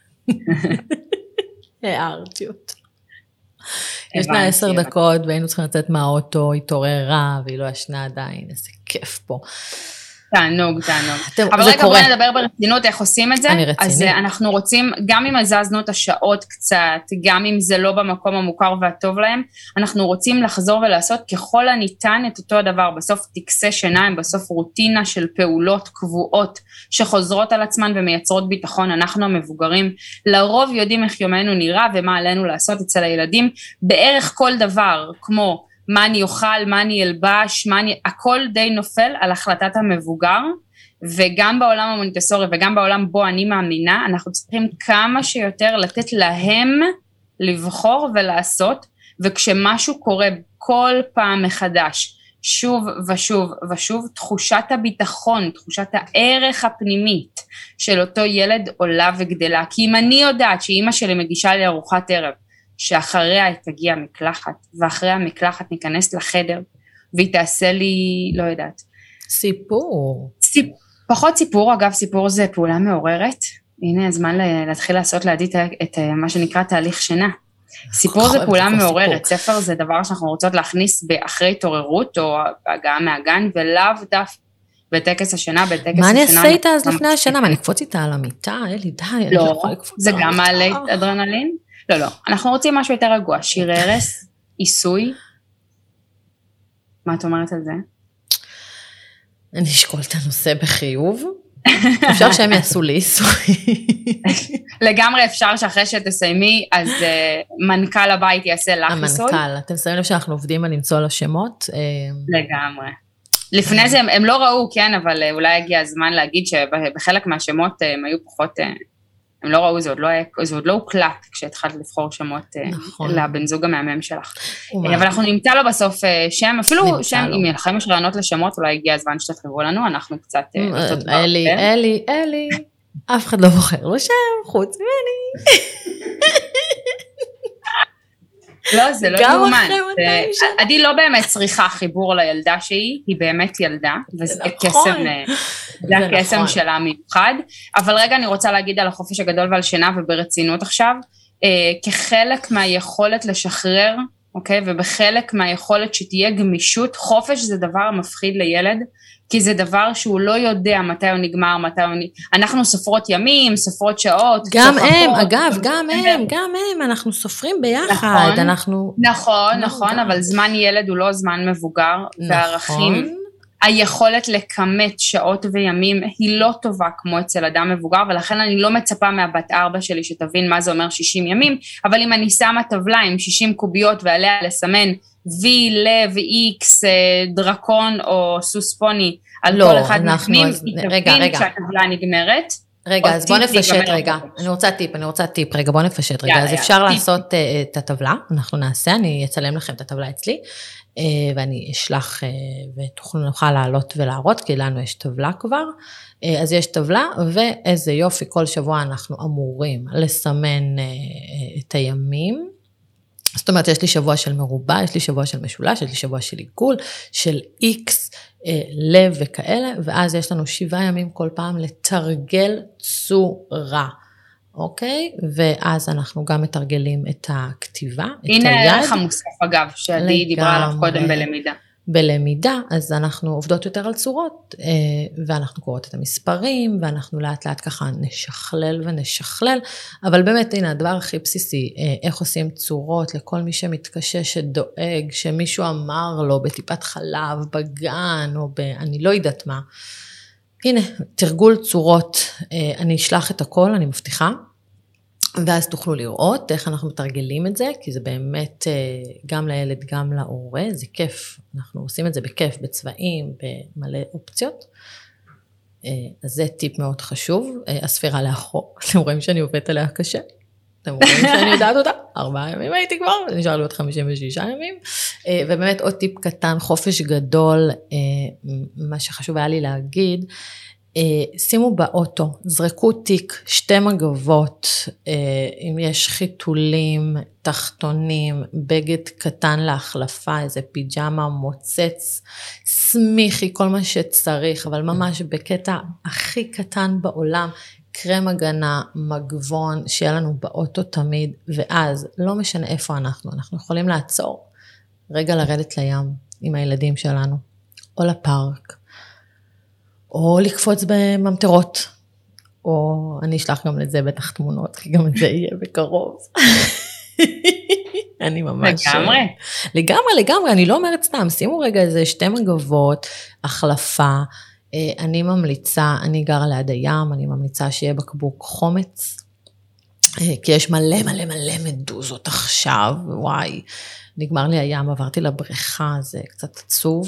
הערתי אותה. ישנה 10 דקות, והיינו צריכים לצאת מהאוטו, התעוררה, והיא לא ישנה עדיין, איזה כיף פה. תענוג. אבל רגע בואי נדבר ברצינות איך עושים את זה. אני רציני. אז אנחנו רוצים, גם אם הזזנו את השעות קצת, גם אם זה לא במקום המוכר והטוב להם, אנחנו רוצים לחזור ולעשות ככל הניתן את אותו הדבר. בסוף טקסי שינה הם בסוף רוטינה של פעולות קבועות, שחוזרות על עצמן ומייצרות ביטחון. אנחנו המבוגרים לרוב יודעים איך יומנו נראה, ומה עלינו לעשות אצל הילדים, בערך כל דבר, כמו מה אני אוכל, מה אני אלבש, הכל די נופל על החלטת המבוגר, וגם בעולם המונטסורי וגם בעולם בו אני מאמינה, אנחנו צריכים כמה שיותר לתת להם לבחור ולעשות, וכשמשהו קורה כל פעם מחדש, שוב ושוב ושוב, תחושת הביטחון, תחושת הערך הפנימית של אותו ילד עולה וגדלה, כי אם אני יודעת שאמא שלי מגישה לי ארוחת ערב, שאחריה היא תגיע מקלחת, ואחרי המקלחת ניכנס לחדר, והיא תעשה לי, לא יודעת. סיפור. פחות סיפור, אגב סיפור זה פעולה מעוררת, הנה הזמן להתחיל לעשות לידי את מה שנקרא תהליך שינה. סיפור זה פעולה מעוררת, ספר זה דבר שאנחנו רוצות להכניס באחרי התעוררות, או הגעה מהגן, ולאו דף בטקס השינה, בטקס השינה. מה אני אעשה איתה אז לפני השינה? מה, אני אקפוץ איתה על המיטה? אלי, די. לא, זה גם מעלה אדרנלין. לא, אנחנו רוצים משהו יותר רגוע, שיר הרס, עיסוי. מה את אומרת על זה? אני אשקול את הנושא בחיוב. אפשר שהם יעשו לי עיסוי. לגמרי אפשר שאחרי שתסיימי, אז מנכ"ל הבית יעשה לך עיסוי. המנכ"ל, אתם שמים לב שאנחנו עובדים על למצוא לו שמות? לגמרי. לפני זה הם לא ראו, כן, אבל אולי הגיע הזמן להגיד שבחלק מהשמות הם היו פחות... הם לא ראו, זה עוד לא הוקלט כשהתחלת לבחור שמות לבן זוג המאמם שלך. אבל אנחנו נמצא לו בסוף שם, אפילו שם, אם לכם יש רעיונות לשמות, אולי הגיע הזמן שתכתבו לנו, אנחנו קצת... אלי, אף אחד לא בוחר לו שם, חוץ ממני. לא, זה לא יאומן. עדי לא באמת צריכה חיבור לילדה היא באמת ילדה, וזה הקסם שלה מיוחד. אבל רגע אני רוצה להגיד על החופש הגדול ועל שינה וברצינות עכשיו, כחלק מהיכולת לשחרר, אוקיי, ובחלק מהיכולת שתהיה גמישות, חופש זה דבר מפחיד לילד, כי זה דבר שהוא לא יודע מתי הוא נגמר, אנחנו סופרות ימים, סופרות שעות. גם הם, אגב, גם הם, אנחנו סופרים ביחד. נכון, אבל זמן ילד הוא לא זמן מבוגר, והערכים, היכולת לכמת שעות וימים היא לא טובה כמו אצל אדם מבוגר, ולכן אני לא מצפה מהבת 4 שלי שתבין מה זה אומר 60 ימים, אבל אם אני שמה טבלה עם 60 קוביות ועליה לסמן V, לב, X, דרקון או סוס פוני, על כל אחד מהימים, היא תבין כשהטבלה נגמרת. רגע, אז בוא נפשט רגע, אני רוצה טיפ, רגע, בוא נפשט רגע, אז אפשר לעשות את הטבלה, אנחנו נעשה, אני אצלם לכם את הטבלה אצלי, ואני אשלח ונוכל לעלות ולהראות, כי לנו יש טבלה כבר, אז יש טבלה, ואיזה יופי, כל שבוע אנחנו אמורים לסמן את הימים, זאת אומרת, יש לי שבוע של מרובע, יש לי שבוע של משולש, יש לי שבוע של עיגול, של X, לב וכאלה, ואז יש לנו 7 ימים כל פעם לתרגל צורה, אוקיי? ואז אנחנו גם מתרגלים את הכתיבה, את היד. הנה הערך המוסף אגב, שעדי דיברה עליו קודם בלמידה, אז אנחנו עובדות יותר על צורות, ואנחנו קוראות את המספרים, ואנחנו לאט לאט ככה נשכלל ונשכלל, אבל באמת, הנה, הדבר הכי בסיסי, איך עושים צורות לכל מי שמתקשה, שדואג, שמישהו אמר לו בטיפת חלב, בגן, או אני לא יודעת מה. הנה, תרגול צורות, אני אשלח את הכל, אני מבטיחה, ואז תוכלו לראות איך אנחנו מתרגלים את זה, כי זה באמת גם לילד, גם להורה, זה כיף, אנחנו עושים את זה בכיף, בצבעים, במלא אופציות, אז זה טיפ מאוד חשוב, הספירה לאחור, אתם רואים שאני עובדת עליה קשה, אתם רואים שאני יודעת אותה, 4 ימים הייתי כבר, נשאר לי עוד 56 ימים, ובאמת עוד טיפ קטן, חופש גדול, מה שחשוב היה לי להגיד, שימו באוטו, זרקו תיק, 2 מגבות, אם יש חיתולים, תחתונים, בגד קטן להחלפה, איזה פיג'מה, מוצץ, סמיכי, כל מה שצריך, אבל ממש בקטע הכי קטן בעולם, קרם הגנה, מגבון, שיהיה לנו באוטו תמיד, ואז לא משנה איפה אנחנו יכולים לעצור, רגע לרדת לים עם הילדים שלנו, או לפארק, או לקפוץ בממטרות, או אני אשלח גם לזה בטח תמונות, כי גם את זה יהיה בקרוב. אני ממש... לגמרי, אני לא אומרת סתם, שימו רגע איזה 2 מגבות, החלפה, אני ממליצה, אני גרה ליד הים, אני ממליצה שיהיה בקבוק חומץ, כי יש מלא מדוזות עכשיו, וואי, נגמר לי הים, עברתי לבריכה, זה קצת עצוב,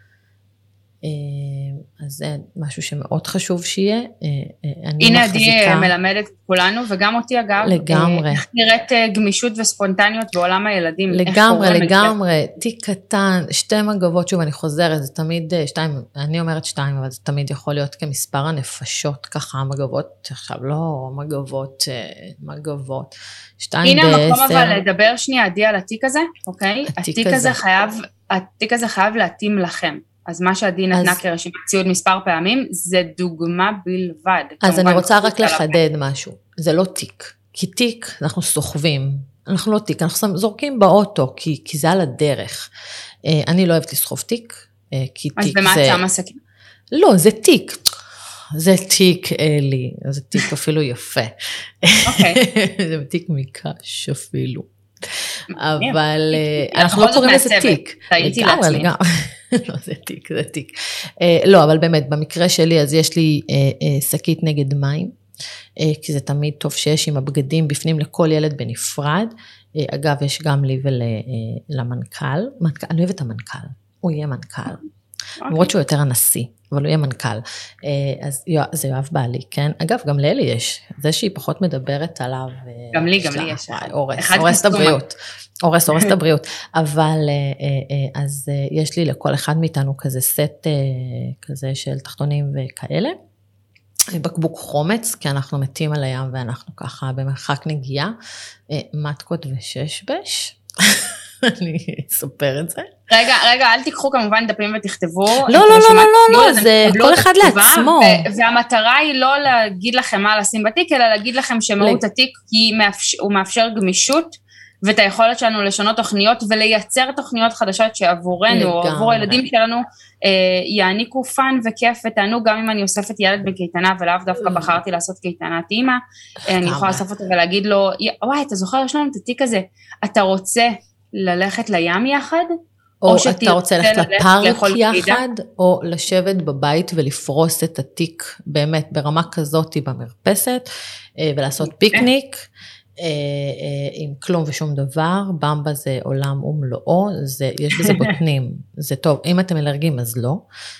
אז זה משהו שמאוד חשוב שיהיה. הנה עדי מלמדת כולנו, וגם אותי אגב, לגמרי. איך נראית גמישות וספונטניות בעולם הילדים. לגמרי, תיק קטן, 2 מגבות, שוב אני חוזרת, זה תמיד 2, אני אומרת 2, אבל זה תמיד יכול להיות כמספר הנפשות, ככה מגבות, עכשיו לא מגבות, 2 הנה המקום אבל לדבר שנייה עדי על התיק הזה, אוקיי? התיק הזה חייב להתאים לכם. אז מה שעדי נתנה כרשימת ציוד מספר פעמים, זה דוגמה בלבד. אז אני רוצה רק לחדד משהו, זה לא תיק, כי תיק אנחנו סוחבים, אנחנו לא תיק, אנחנו זורקים באוטו, כי זה על הדרך. אני לא אוהבת לסחוב תיק, כי תיק זה... אז במה את שמה סכין? לא, זה תיק. זה תיק אלי, זה תיק אפילו יפה. אוקיי. זה תיק מקש אפילו. אבל אנחנו לא קוראים לזה תיק. לגמרי. לא, זה תיק. לא, אבל באמת, במקרה שלי, אז יש לי שקית נגד מים, כי זה תמיד טוב שיש עם הבגדים בפנים לכל ילד בנפרד. אגב, יש גם לי ולמנכ"ל. אני אוהבת את המנכ"ל, הוא יהיה מנכ"ל. למרות שהוא יותר הנשיא, אבל הוא יהיה מנכ"ל. אז זה יואב בעלי, כן? אגב, גם לאלי יש, זה שהיא פחות מדברת עליו. גם לי יש. הורס את הבריאות. הורס את הבריאות. אבל, אז יש לי לכל אחד מאיתנו כזה סט כזה של תחתונים וכאלה. בקבוק חומץ, כי אנחנו מתים על הים, ואנחנו ככה במרחק נגיעה, מתקות וששבש, אני אספר את זה. רגע, אל תיקחו כמובן דפים ותכתבו. לא, זה כל אחד לעצמו. והמטרה היא לא להגיד לכם מה לשים בתיק, אלא להגיד לכם שמהות התיק, הוא מאפשר גמישות, ואת היכולת שלנו לשנות תוכניות, ולייצר תוכניות חדשות שעבורנו, או עבור הילדים שלנו, יעניקו פן וכיף ותענו, גם אם אני אוספת ילד בקייטנה, ולאו דווקא בחרתי לעשות קייטנת אימא, אני יכולה לאסוף אותו ולהגיד לו, וואי, אתה זוכר, יש לנו את התיק הזה, אתה רוצה ללכת לים יחד? או אתה רוצה ללכת לפארק יחד, או לשבת בבית ולפרוס את התיק, באמת ברמה כזאת במרפסת, ולעשות פיקניק, עם כלום ושום דבר, במבה זה עולם ומלואו, יש בזה בוטנים, זה טוב, אם אתם אלרגיים אז לא,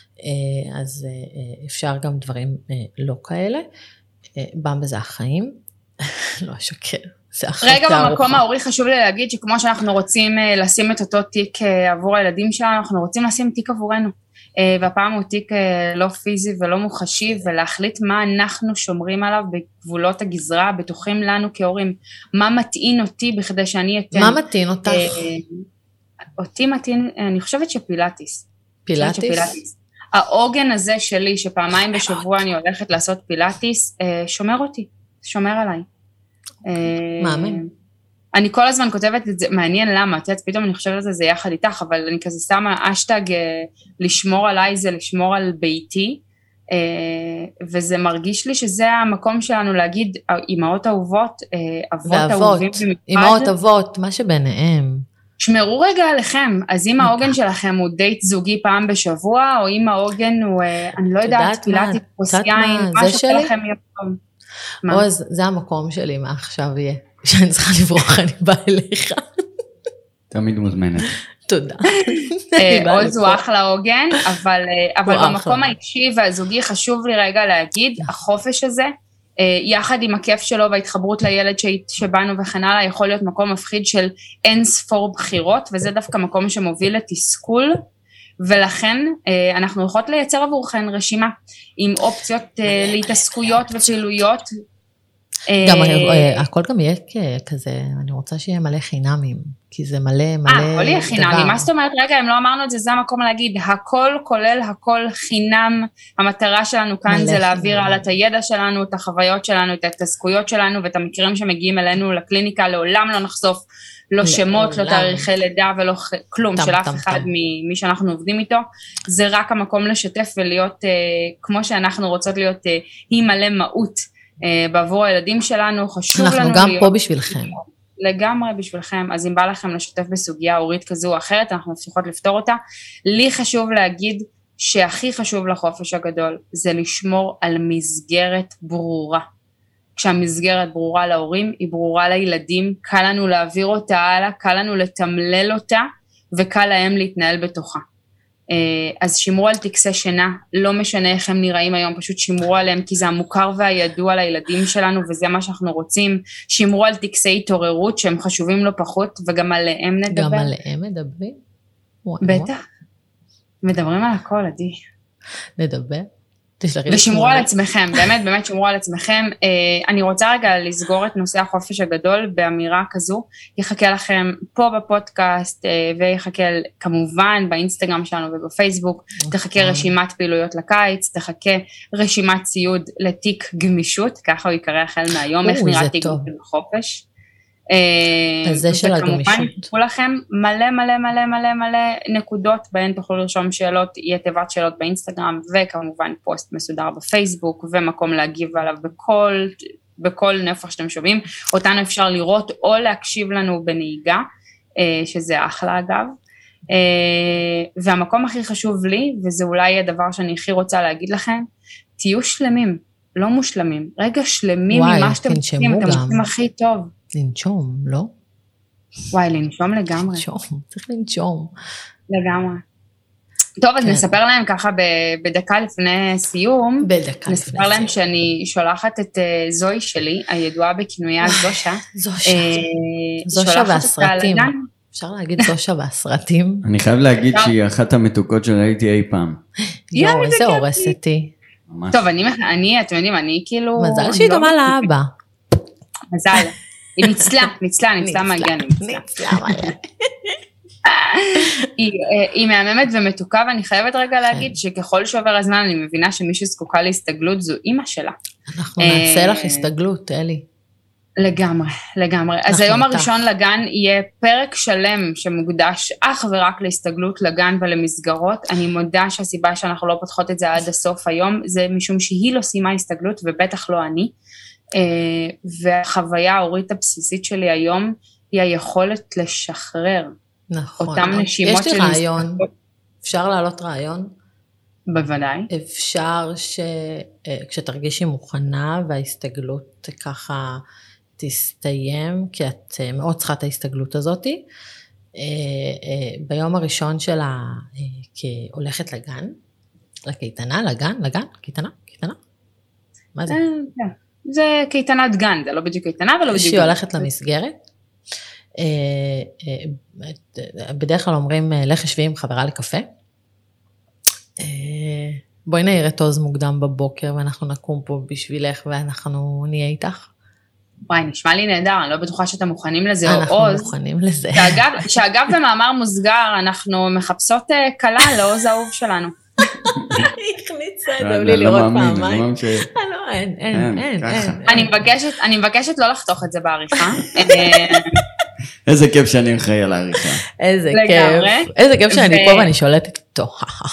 אז אפשר גם דברים לא כאלה, במבה זה החיים, לא אשקר, זה אחת רגע במקום ההורי חשוב לי להגיד, שכמו שאנחנו רוצים לשים את אותו תיק עבור הילדים שלנו, אנחנו רוצים לשים תיק עבורנו, והפעם הוא תיק לא פיזי ולא מוחשי, ולהחליט מה אנחנו שומרים עליו בגבולות הגזרה, בטוחים לנו כהורים, מה מתאים אותי בכדי שאני אתן. מה מתאים אותך? אותי מתאים, אני חושבת שפילאטיס. פילאטיס? העוגן הזה שלי, שפעמיים בשבוע אני הולכת לעשות פילאטיס, שומר אותי, שומר עליי. מאמן. אני כל הזמן כותבת את זה, מעניין למה, פתאום אני חושבת על זה יחד איתך, אבל אני כזה שמה אשטג לשמור עליי, זה לשמור על ביתי, וזה מרגיש לי שזה המקום שלנו להגיד, אמהות אהובות, אבות אהובים במיוחד. אמהות אבות, מה שביניהם. שמרו רגע עליכם, אז אם העוגן שלכם הוא דייט זוגי פעם בשבוע, או אם העוגן הוא, אני לא יודעת, פילאטיס, כוס יין, מה שכלכם יפום. עוז, זה המקום שלי, מה עכשיו יהיה? שאני צריכה לברוח, אני באה אליך. תמיד מוזמנת. תודה. עוז הוא אחלה עוגן, אבל במקום האישי והזוגי חשוב לי רגע להגיד, החופש הזה, יחד עם הכיף שלו וההתחברות לילד שבאנו וכן הלאה, יכול להיות מקום מפחיד של אין ספור בחירות, וזה דווקא מקום שמוביל לתסכול, ולכן אנחנו יכולות לייצר עבורכן רשימה, עם אופציות להתעסקויות ופעילויות, גם הכל גם יהיה כזה, אני רוצה שיהיה מלא חינמים, כי זה מלא הכל יהיה חינמי, מה זאת אומרת? רגע, אם לא אמרנו את זה, זה המקום להגיד, הכל כולל הכל חינם, המטרה שלנו כאן זה להעביר על את הידע שלנו, את החוויות שלנו, את ההתעסקויות שלנו, ואת המקרים שמגיעים אלינו לקליניקה, לעולם לא נחשוף, לא שמות, לא תאריכי לידה ולא כלום של אף אחד ממי שאנחנו עובדים איתו, זה רק המקום לשתף ולהיות, כמו שאנחנו רוצות להיות, היא מלא מהות, בעבור הילדים שלנו, חשוב לנו אנחנו גם פה בשבילכם. לגמרי בשבילכם, אז אם בא לכם לשתף בסוגיה הורית כזו או אחרת, אנחנו מבטיחות לפתור אותה. לי חשוב להגיד שהכי חשוב לחופש הגדול, זה לשמור על מסגרת ברורה. כשהמסגרת ברורה להורים, היא ברורה לילדים, קל לנו להעביר אותה הלאה, קל לנו לתמלל אותה, וקל להם להתנהל בתוכה. אז שימרו על טקסי שינה, לא משנה איך הם נראים היום, פשוט שימרו עליהם, כי זה המוכר והידוע לילדים שלנו, וזה מה שאנחנו רוצים, שימרו על טקסי התעוררות, שהם חשובים לא פחות, וגם עליהם נדבר. גם עליהם מדברים? בטח, מדברים על הכל, עדי. נדבר? ושימרו על עצמכם, באמת שימרו על עצמכם. אני רוצה רגע לסגור את נושא החופש הגדול באמירה כזו, יחכה לכם פה בפודקאסט, ויחכה כמובן באינסטגרם שלנו ובפייסבוק, תחכה רשימת פעילויות לקיץ, תחכה רשימת ציוד לתיק גמישות, ככה הוא יקרא החל מהיום, איך נראה תיק בחופש. אז זה של הגמישות. וכמובן תקחו לכם מלא נקודות, בהן תוכלו לרשום שאלות, יהיה תיבת שאלות באינסטגרם, וכמובן פוסט מסודר בפייסבוק, ומקום להגיב עליו בכל נפח שאתם שומעים, אותנו אפשר לראות או להקשיב לנו בנהיגה, שזה אחלה אגב, והמקום הכי חשוב לי, וזה אולי הדבר שאני הכי רוצה להגיד לכם, תהיו שלמים, לא מושלמים, רגע שלמים ממה שאתם עושים, אתם עושים הכי טוב. לנשום, לא? וואי, לנשום לגמרי. צריך לנשום. לגמרי. טוב, אז נספר להם ככה בדקה לפני סיום. בדקה לפני נספר להם שאני שולחת את זוי שלי, הידועה בכינויה זושה. זושה והסרטים. אפשר להגיד זושה והסרטים. אני חייב להגיד שהיא אחת המתוקות שראיתי אי פעם. יואו, איזה הורסתי. טוב, אתם יודעים, אני כאילו... מזל שהיא דומה לאבא. מזל. היא ניצלה מהגן. ניצלה מהגן. היא מהממת ומתוקה, ואני חייבת רגע להגיד שככל שעובר הזמן אני מבינה שמי שזקוקה להסתגלות זו אימא שלה. אנחנו נעשה לך הסתגלות, אלי. לגמרי. אז היום הראשון לגן יהיה פרק שלם שמוקדש אך ורק להסתגלות לגן ולמסגרות. אני מודה שהסיבה שאנחנו לא פותחות את זה עד הסוף היום, זה משום שהיא לא סיימה הסתגלות ובטח לא אני. והחוויה ההורית הבסיסית שלי היום היא היכולת לשחרר. נכון. אותם נשימות יש לי רעיון. אפשר להעלות רעיון? בוודאי. אפשר כשתרגישי מוכנה וההסתגלות ככה תסתיים, כי את מאוד צריכה את ההסתגלות הזאת, ביום הראשון שלה כהולכת לגן, לקייטנה, קייטנה? מה זה? זה קייטנת גן, זה לא בדיוק קייטנה, ולא בדיוק... שהיא הולכת למסגרת. בדרך כלל אומרים, לך שבי עם חברה לקפה. בואי נעיר את עוז מוקדם בבוקר, ואנחנו נקום פה בשבילך, ואנחנו נהיה איתך. וואי, נשמע לי נהדר, אני לא בטוחה שאתם מוכנים לזה, או עוז. אנחנו מוכנים לזה. שאגב, במאמר מוסגר, אנחנו מחפשות קלה לעוז האהוב שלנו. הכניסה את זה בלי לראות פעמיים. לא, אין. אני מבקשת לא לחתוך את זה בעריכה. איזה כיף שאני אחראי על העריכה. איזה כיף שאני פה ואני שולטת איתו.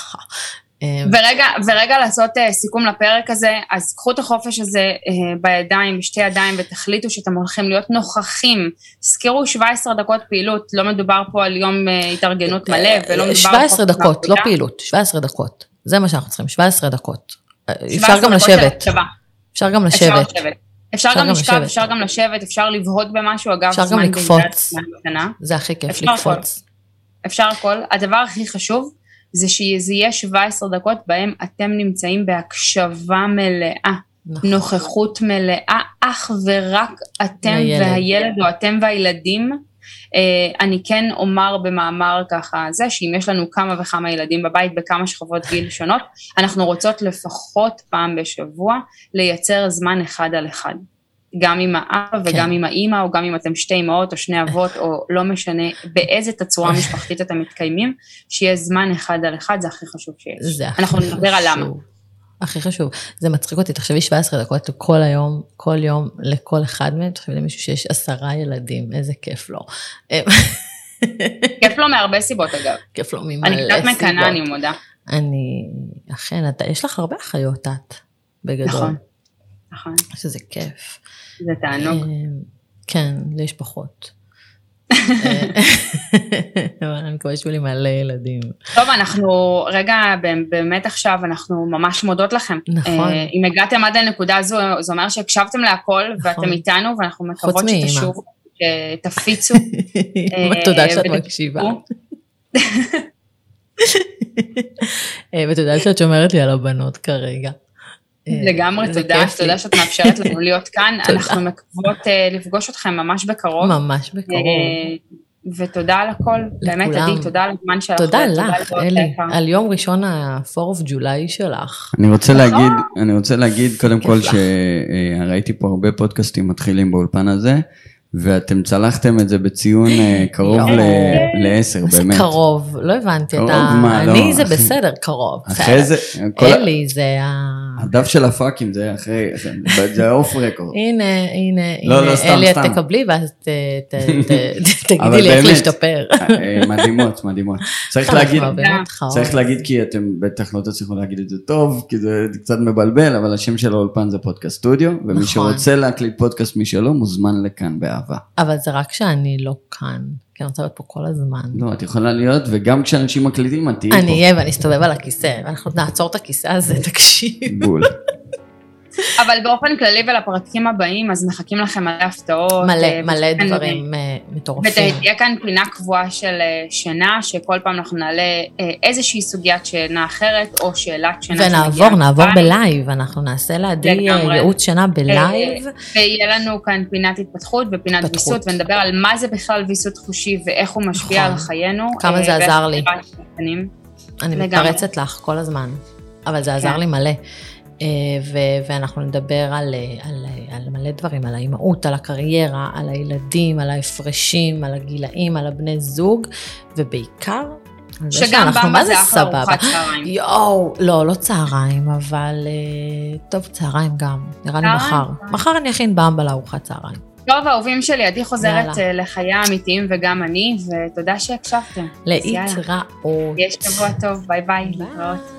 ורגע לעשות סיכום לפרק הזה, אז קחו את החופש הזה בידיים, בשתי ידיים, ותחליטו שאתם הולכים להיות נוכחים. זכירו 17 דקות פעילות, לא מדובר פה על יום התארגנות מלא, ולא מדובר... 17 דקות, לא פעילות, 17 דקות. זה מה שאנחנו צריכים, 17 דקות. אפשר גם לשבת. אפשר גם לשבת. אפשר גם לשכב, אפשר גם לשבת, אפשר לבהות במשהו, אגב, אפשר גם לקפוץ. זה הכי כיף, לקפוץ. אפשר הכל. הדבר הכי חשוב, זה שזה יהיה 17 דקות בהם אתם נמצאים בהקשבה מלאה, נוכחות מלאה, אך ורק אתם והילד או אתם והילדים. אני כן אומר במאמר ככה זה, שאם יש לנו כמה וכמה ילדים בבית בכמה שכבות גיל שונות, אנחנו רוצות לפחות פעם בשבוע לייצר זמן אחד על אחד. גם עם האבא וגם עם האמא, או גם אם אתם שתי אמהות או שני אבות, או לא משנה באיזה תצורה משפחתית אתם מתקיימים, שיהיה זמן אחד על אחד, זה הכי חשוב שיש. אנחנו נדבר על למה. הכי חשוב. זה מצחיק אותי, תחשבי 17 דקות כל יום, לכל אחד מהם, תחשבי למישהו שיש 10 ילדים, איזה כיף לו. כיף לו מהרבה סיבות אגב. כיף לו ממלא סיבות. אני קצת מקנה, אני מודה. אכן, יש לך הרבה אחיות את, בגדול. נכון. שזה כיף. זה תענוג. כן, לי יש פחות. אני מקווה שהוא לי מלא ילדים. טוב, אנחנו רגע, באמת עכשיו, אנחנו ממש מודות לכם. נכון. אם הגעתם עד לנקודה הזו, זה אומר שהקשבתם להכל, ואתם איתנו, ואנחנו מקוות שתשובו, שתפיצו. תודה שאת מקשיבה. ותודה שאת שומרת לי על הבנות כרגע. לגמרי, תודה שאת מאפשרת לנו להיות כאן, אנחנו מקוות לפגוש אתכם ממש בקרוב. ממש בקרוב. ותודה על הכל, באמת עדי, תודה על הזמן שלך. תודה לך, אלי, על יום ראשון ה-4 of July שלך. אני רוצה להגיד קודם כל שראיתי פה הרבה פודקאסטים מתחילים באולפן הזה, ואתם צלחתם את זה בציון קרוב ל-10, באמת. קרוב, לא הבנתי. אני זה בסדר, קרוב. אלי זה הדף של הפאקים, זה אחרי, זה אוף רקורד. הנה, אלי, את תקבלי, ואז תגידי לי איך להשתפר. מדהימות. צריך להגיד, כי אתם בטח לא תצליחו להגיד את זה טוב, כי זה קצת מבלבל, אבל השם של האולפן זה פודקאסט סטודיו, ומי שרוצה להקליט פודקאסט משלו, מוזמן לכאן באהבה. אבל זה רק שאני לא כאן, כי אני רוצה להיות פה כל הזמן. לא, את יכולה להיות, וגם כשאנשים מקליטים, את תהיי פה. אני אהיה ואני אסתובב על הכיסא, ואנחנו נעצור את הכיסא הזה, תקשיב. בול. אבל באופן כללי ולפרקים הבאים, אז מחכים לכם מלא הפתעות. מלא דברים מטורפים. ותהיה כאן פינה קבועה של שינה, שכל פעם אנחנו נעלה איזושהי סוגיית שינה אחרת, או שאלת שינה. ונעבור בלייב, אנחנו נעשה לעדי ייעוץ שינה בלייב. ויהיה לנו כאן פינת התפתחות ופינת ויסות, ונדבר על מה זה בכלל ויסות חושי, ואיך הוא משפיע על חיינו. כמה זה עזר לי. אני מתפרצת לך כל הזמן, אבל זה עזר לי מלא. ואנחנו נדבר על מלא דברים, על האימהות, על הקריירה, על הילדים, על ההפרשים, על הגילאים, על הבני זוג, ובעיקר, שגם במבה זה אחלה ארוחת צהריים. יואו, לא צהריים, אבל טוב, צהריים גם, נראה לי מחר אני אכין במבה לארוחת צהריים. טוב, האהובים שלי, עדי חוזרת לחיי האמיתיים וגם אני, ותודה שהקשבתם. להתראות. יש שבוע טוב, ביי ביי.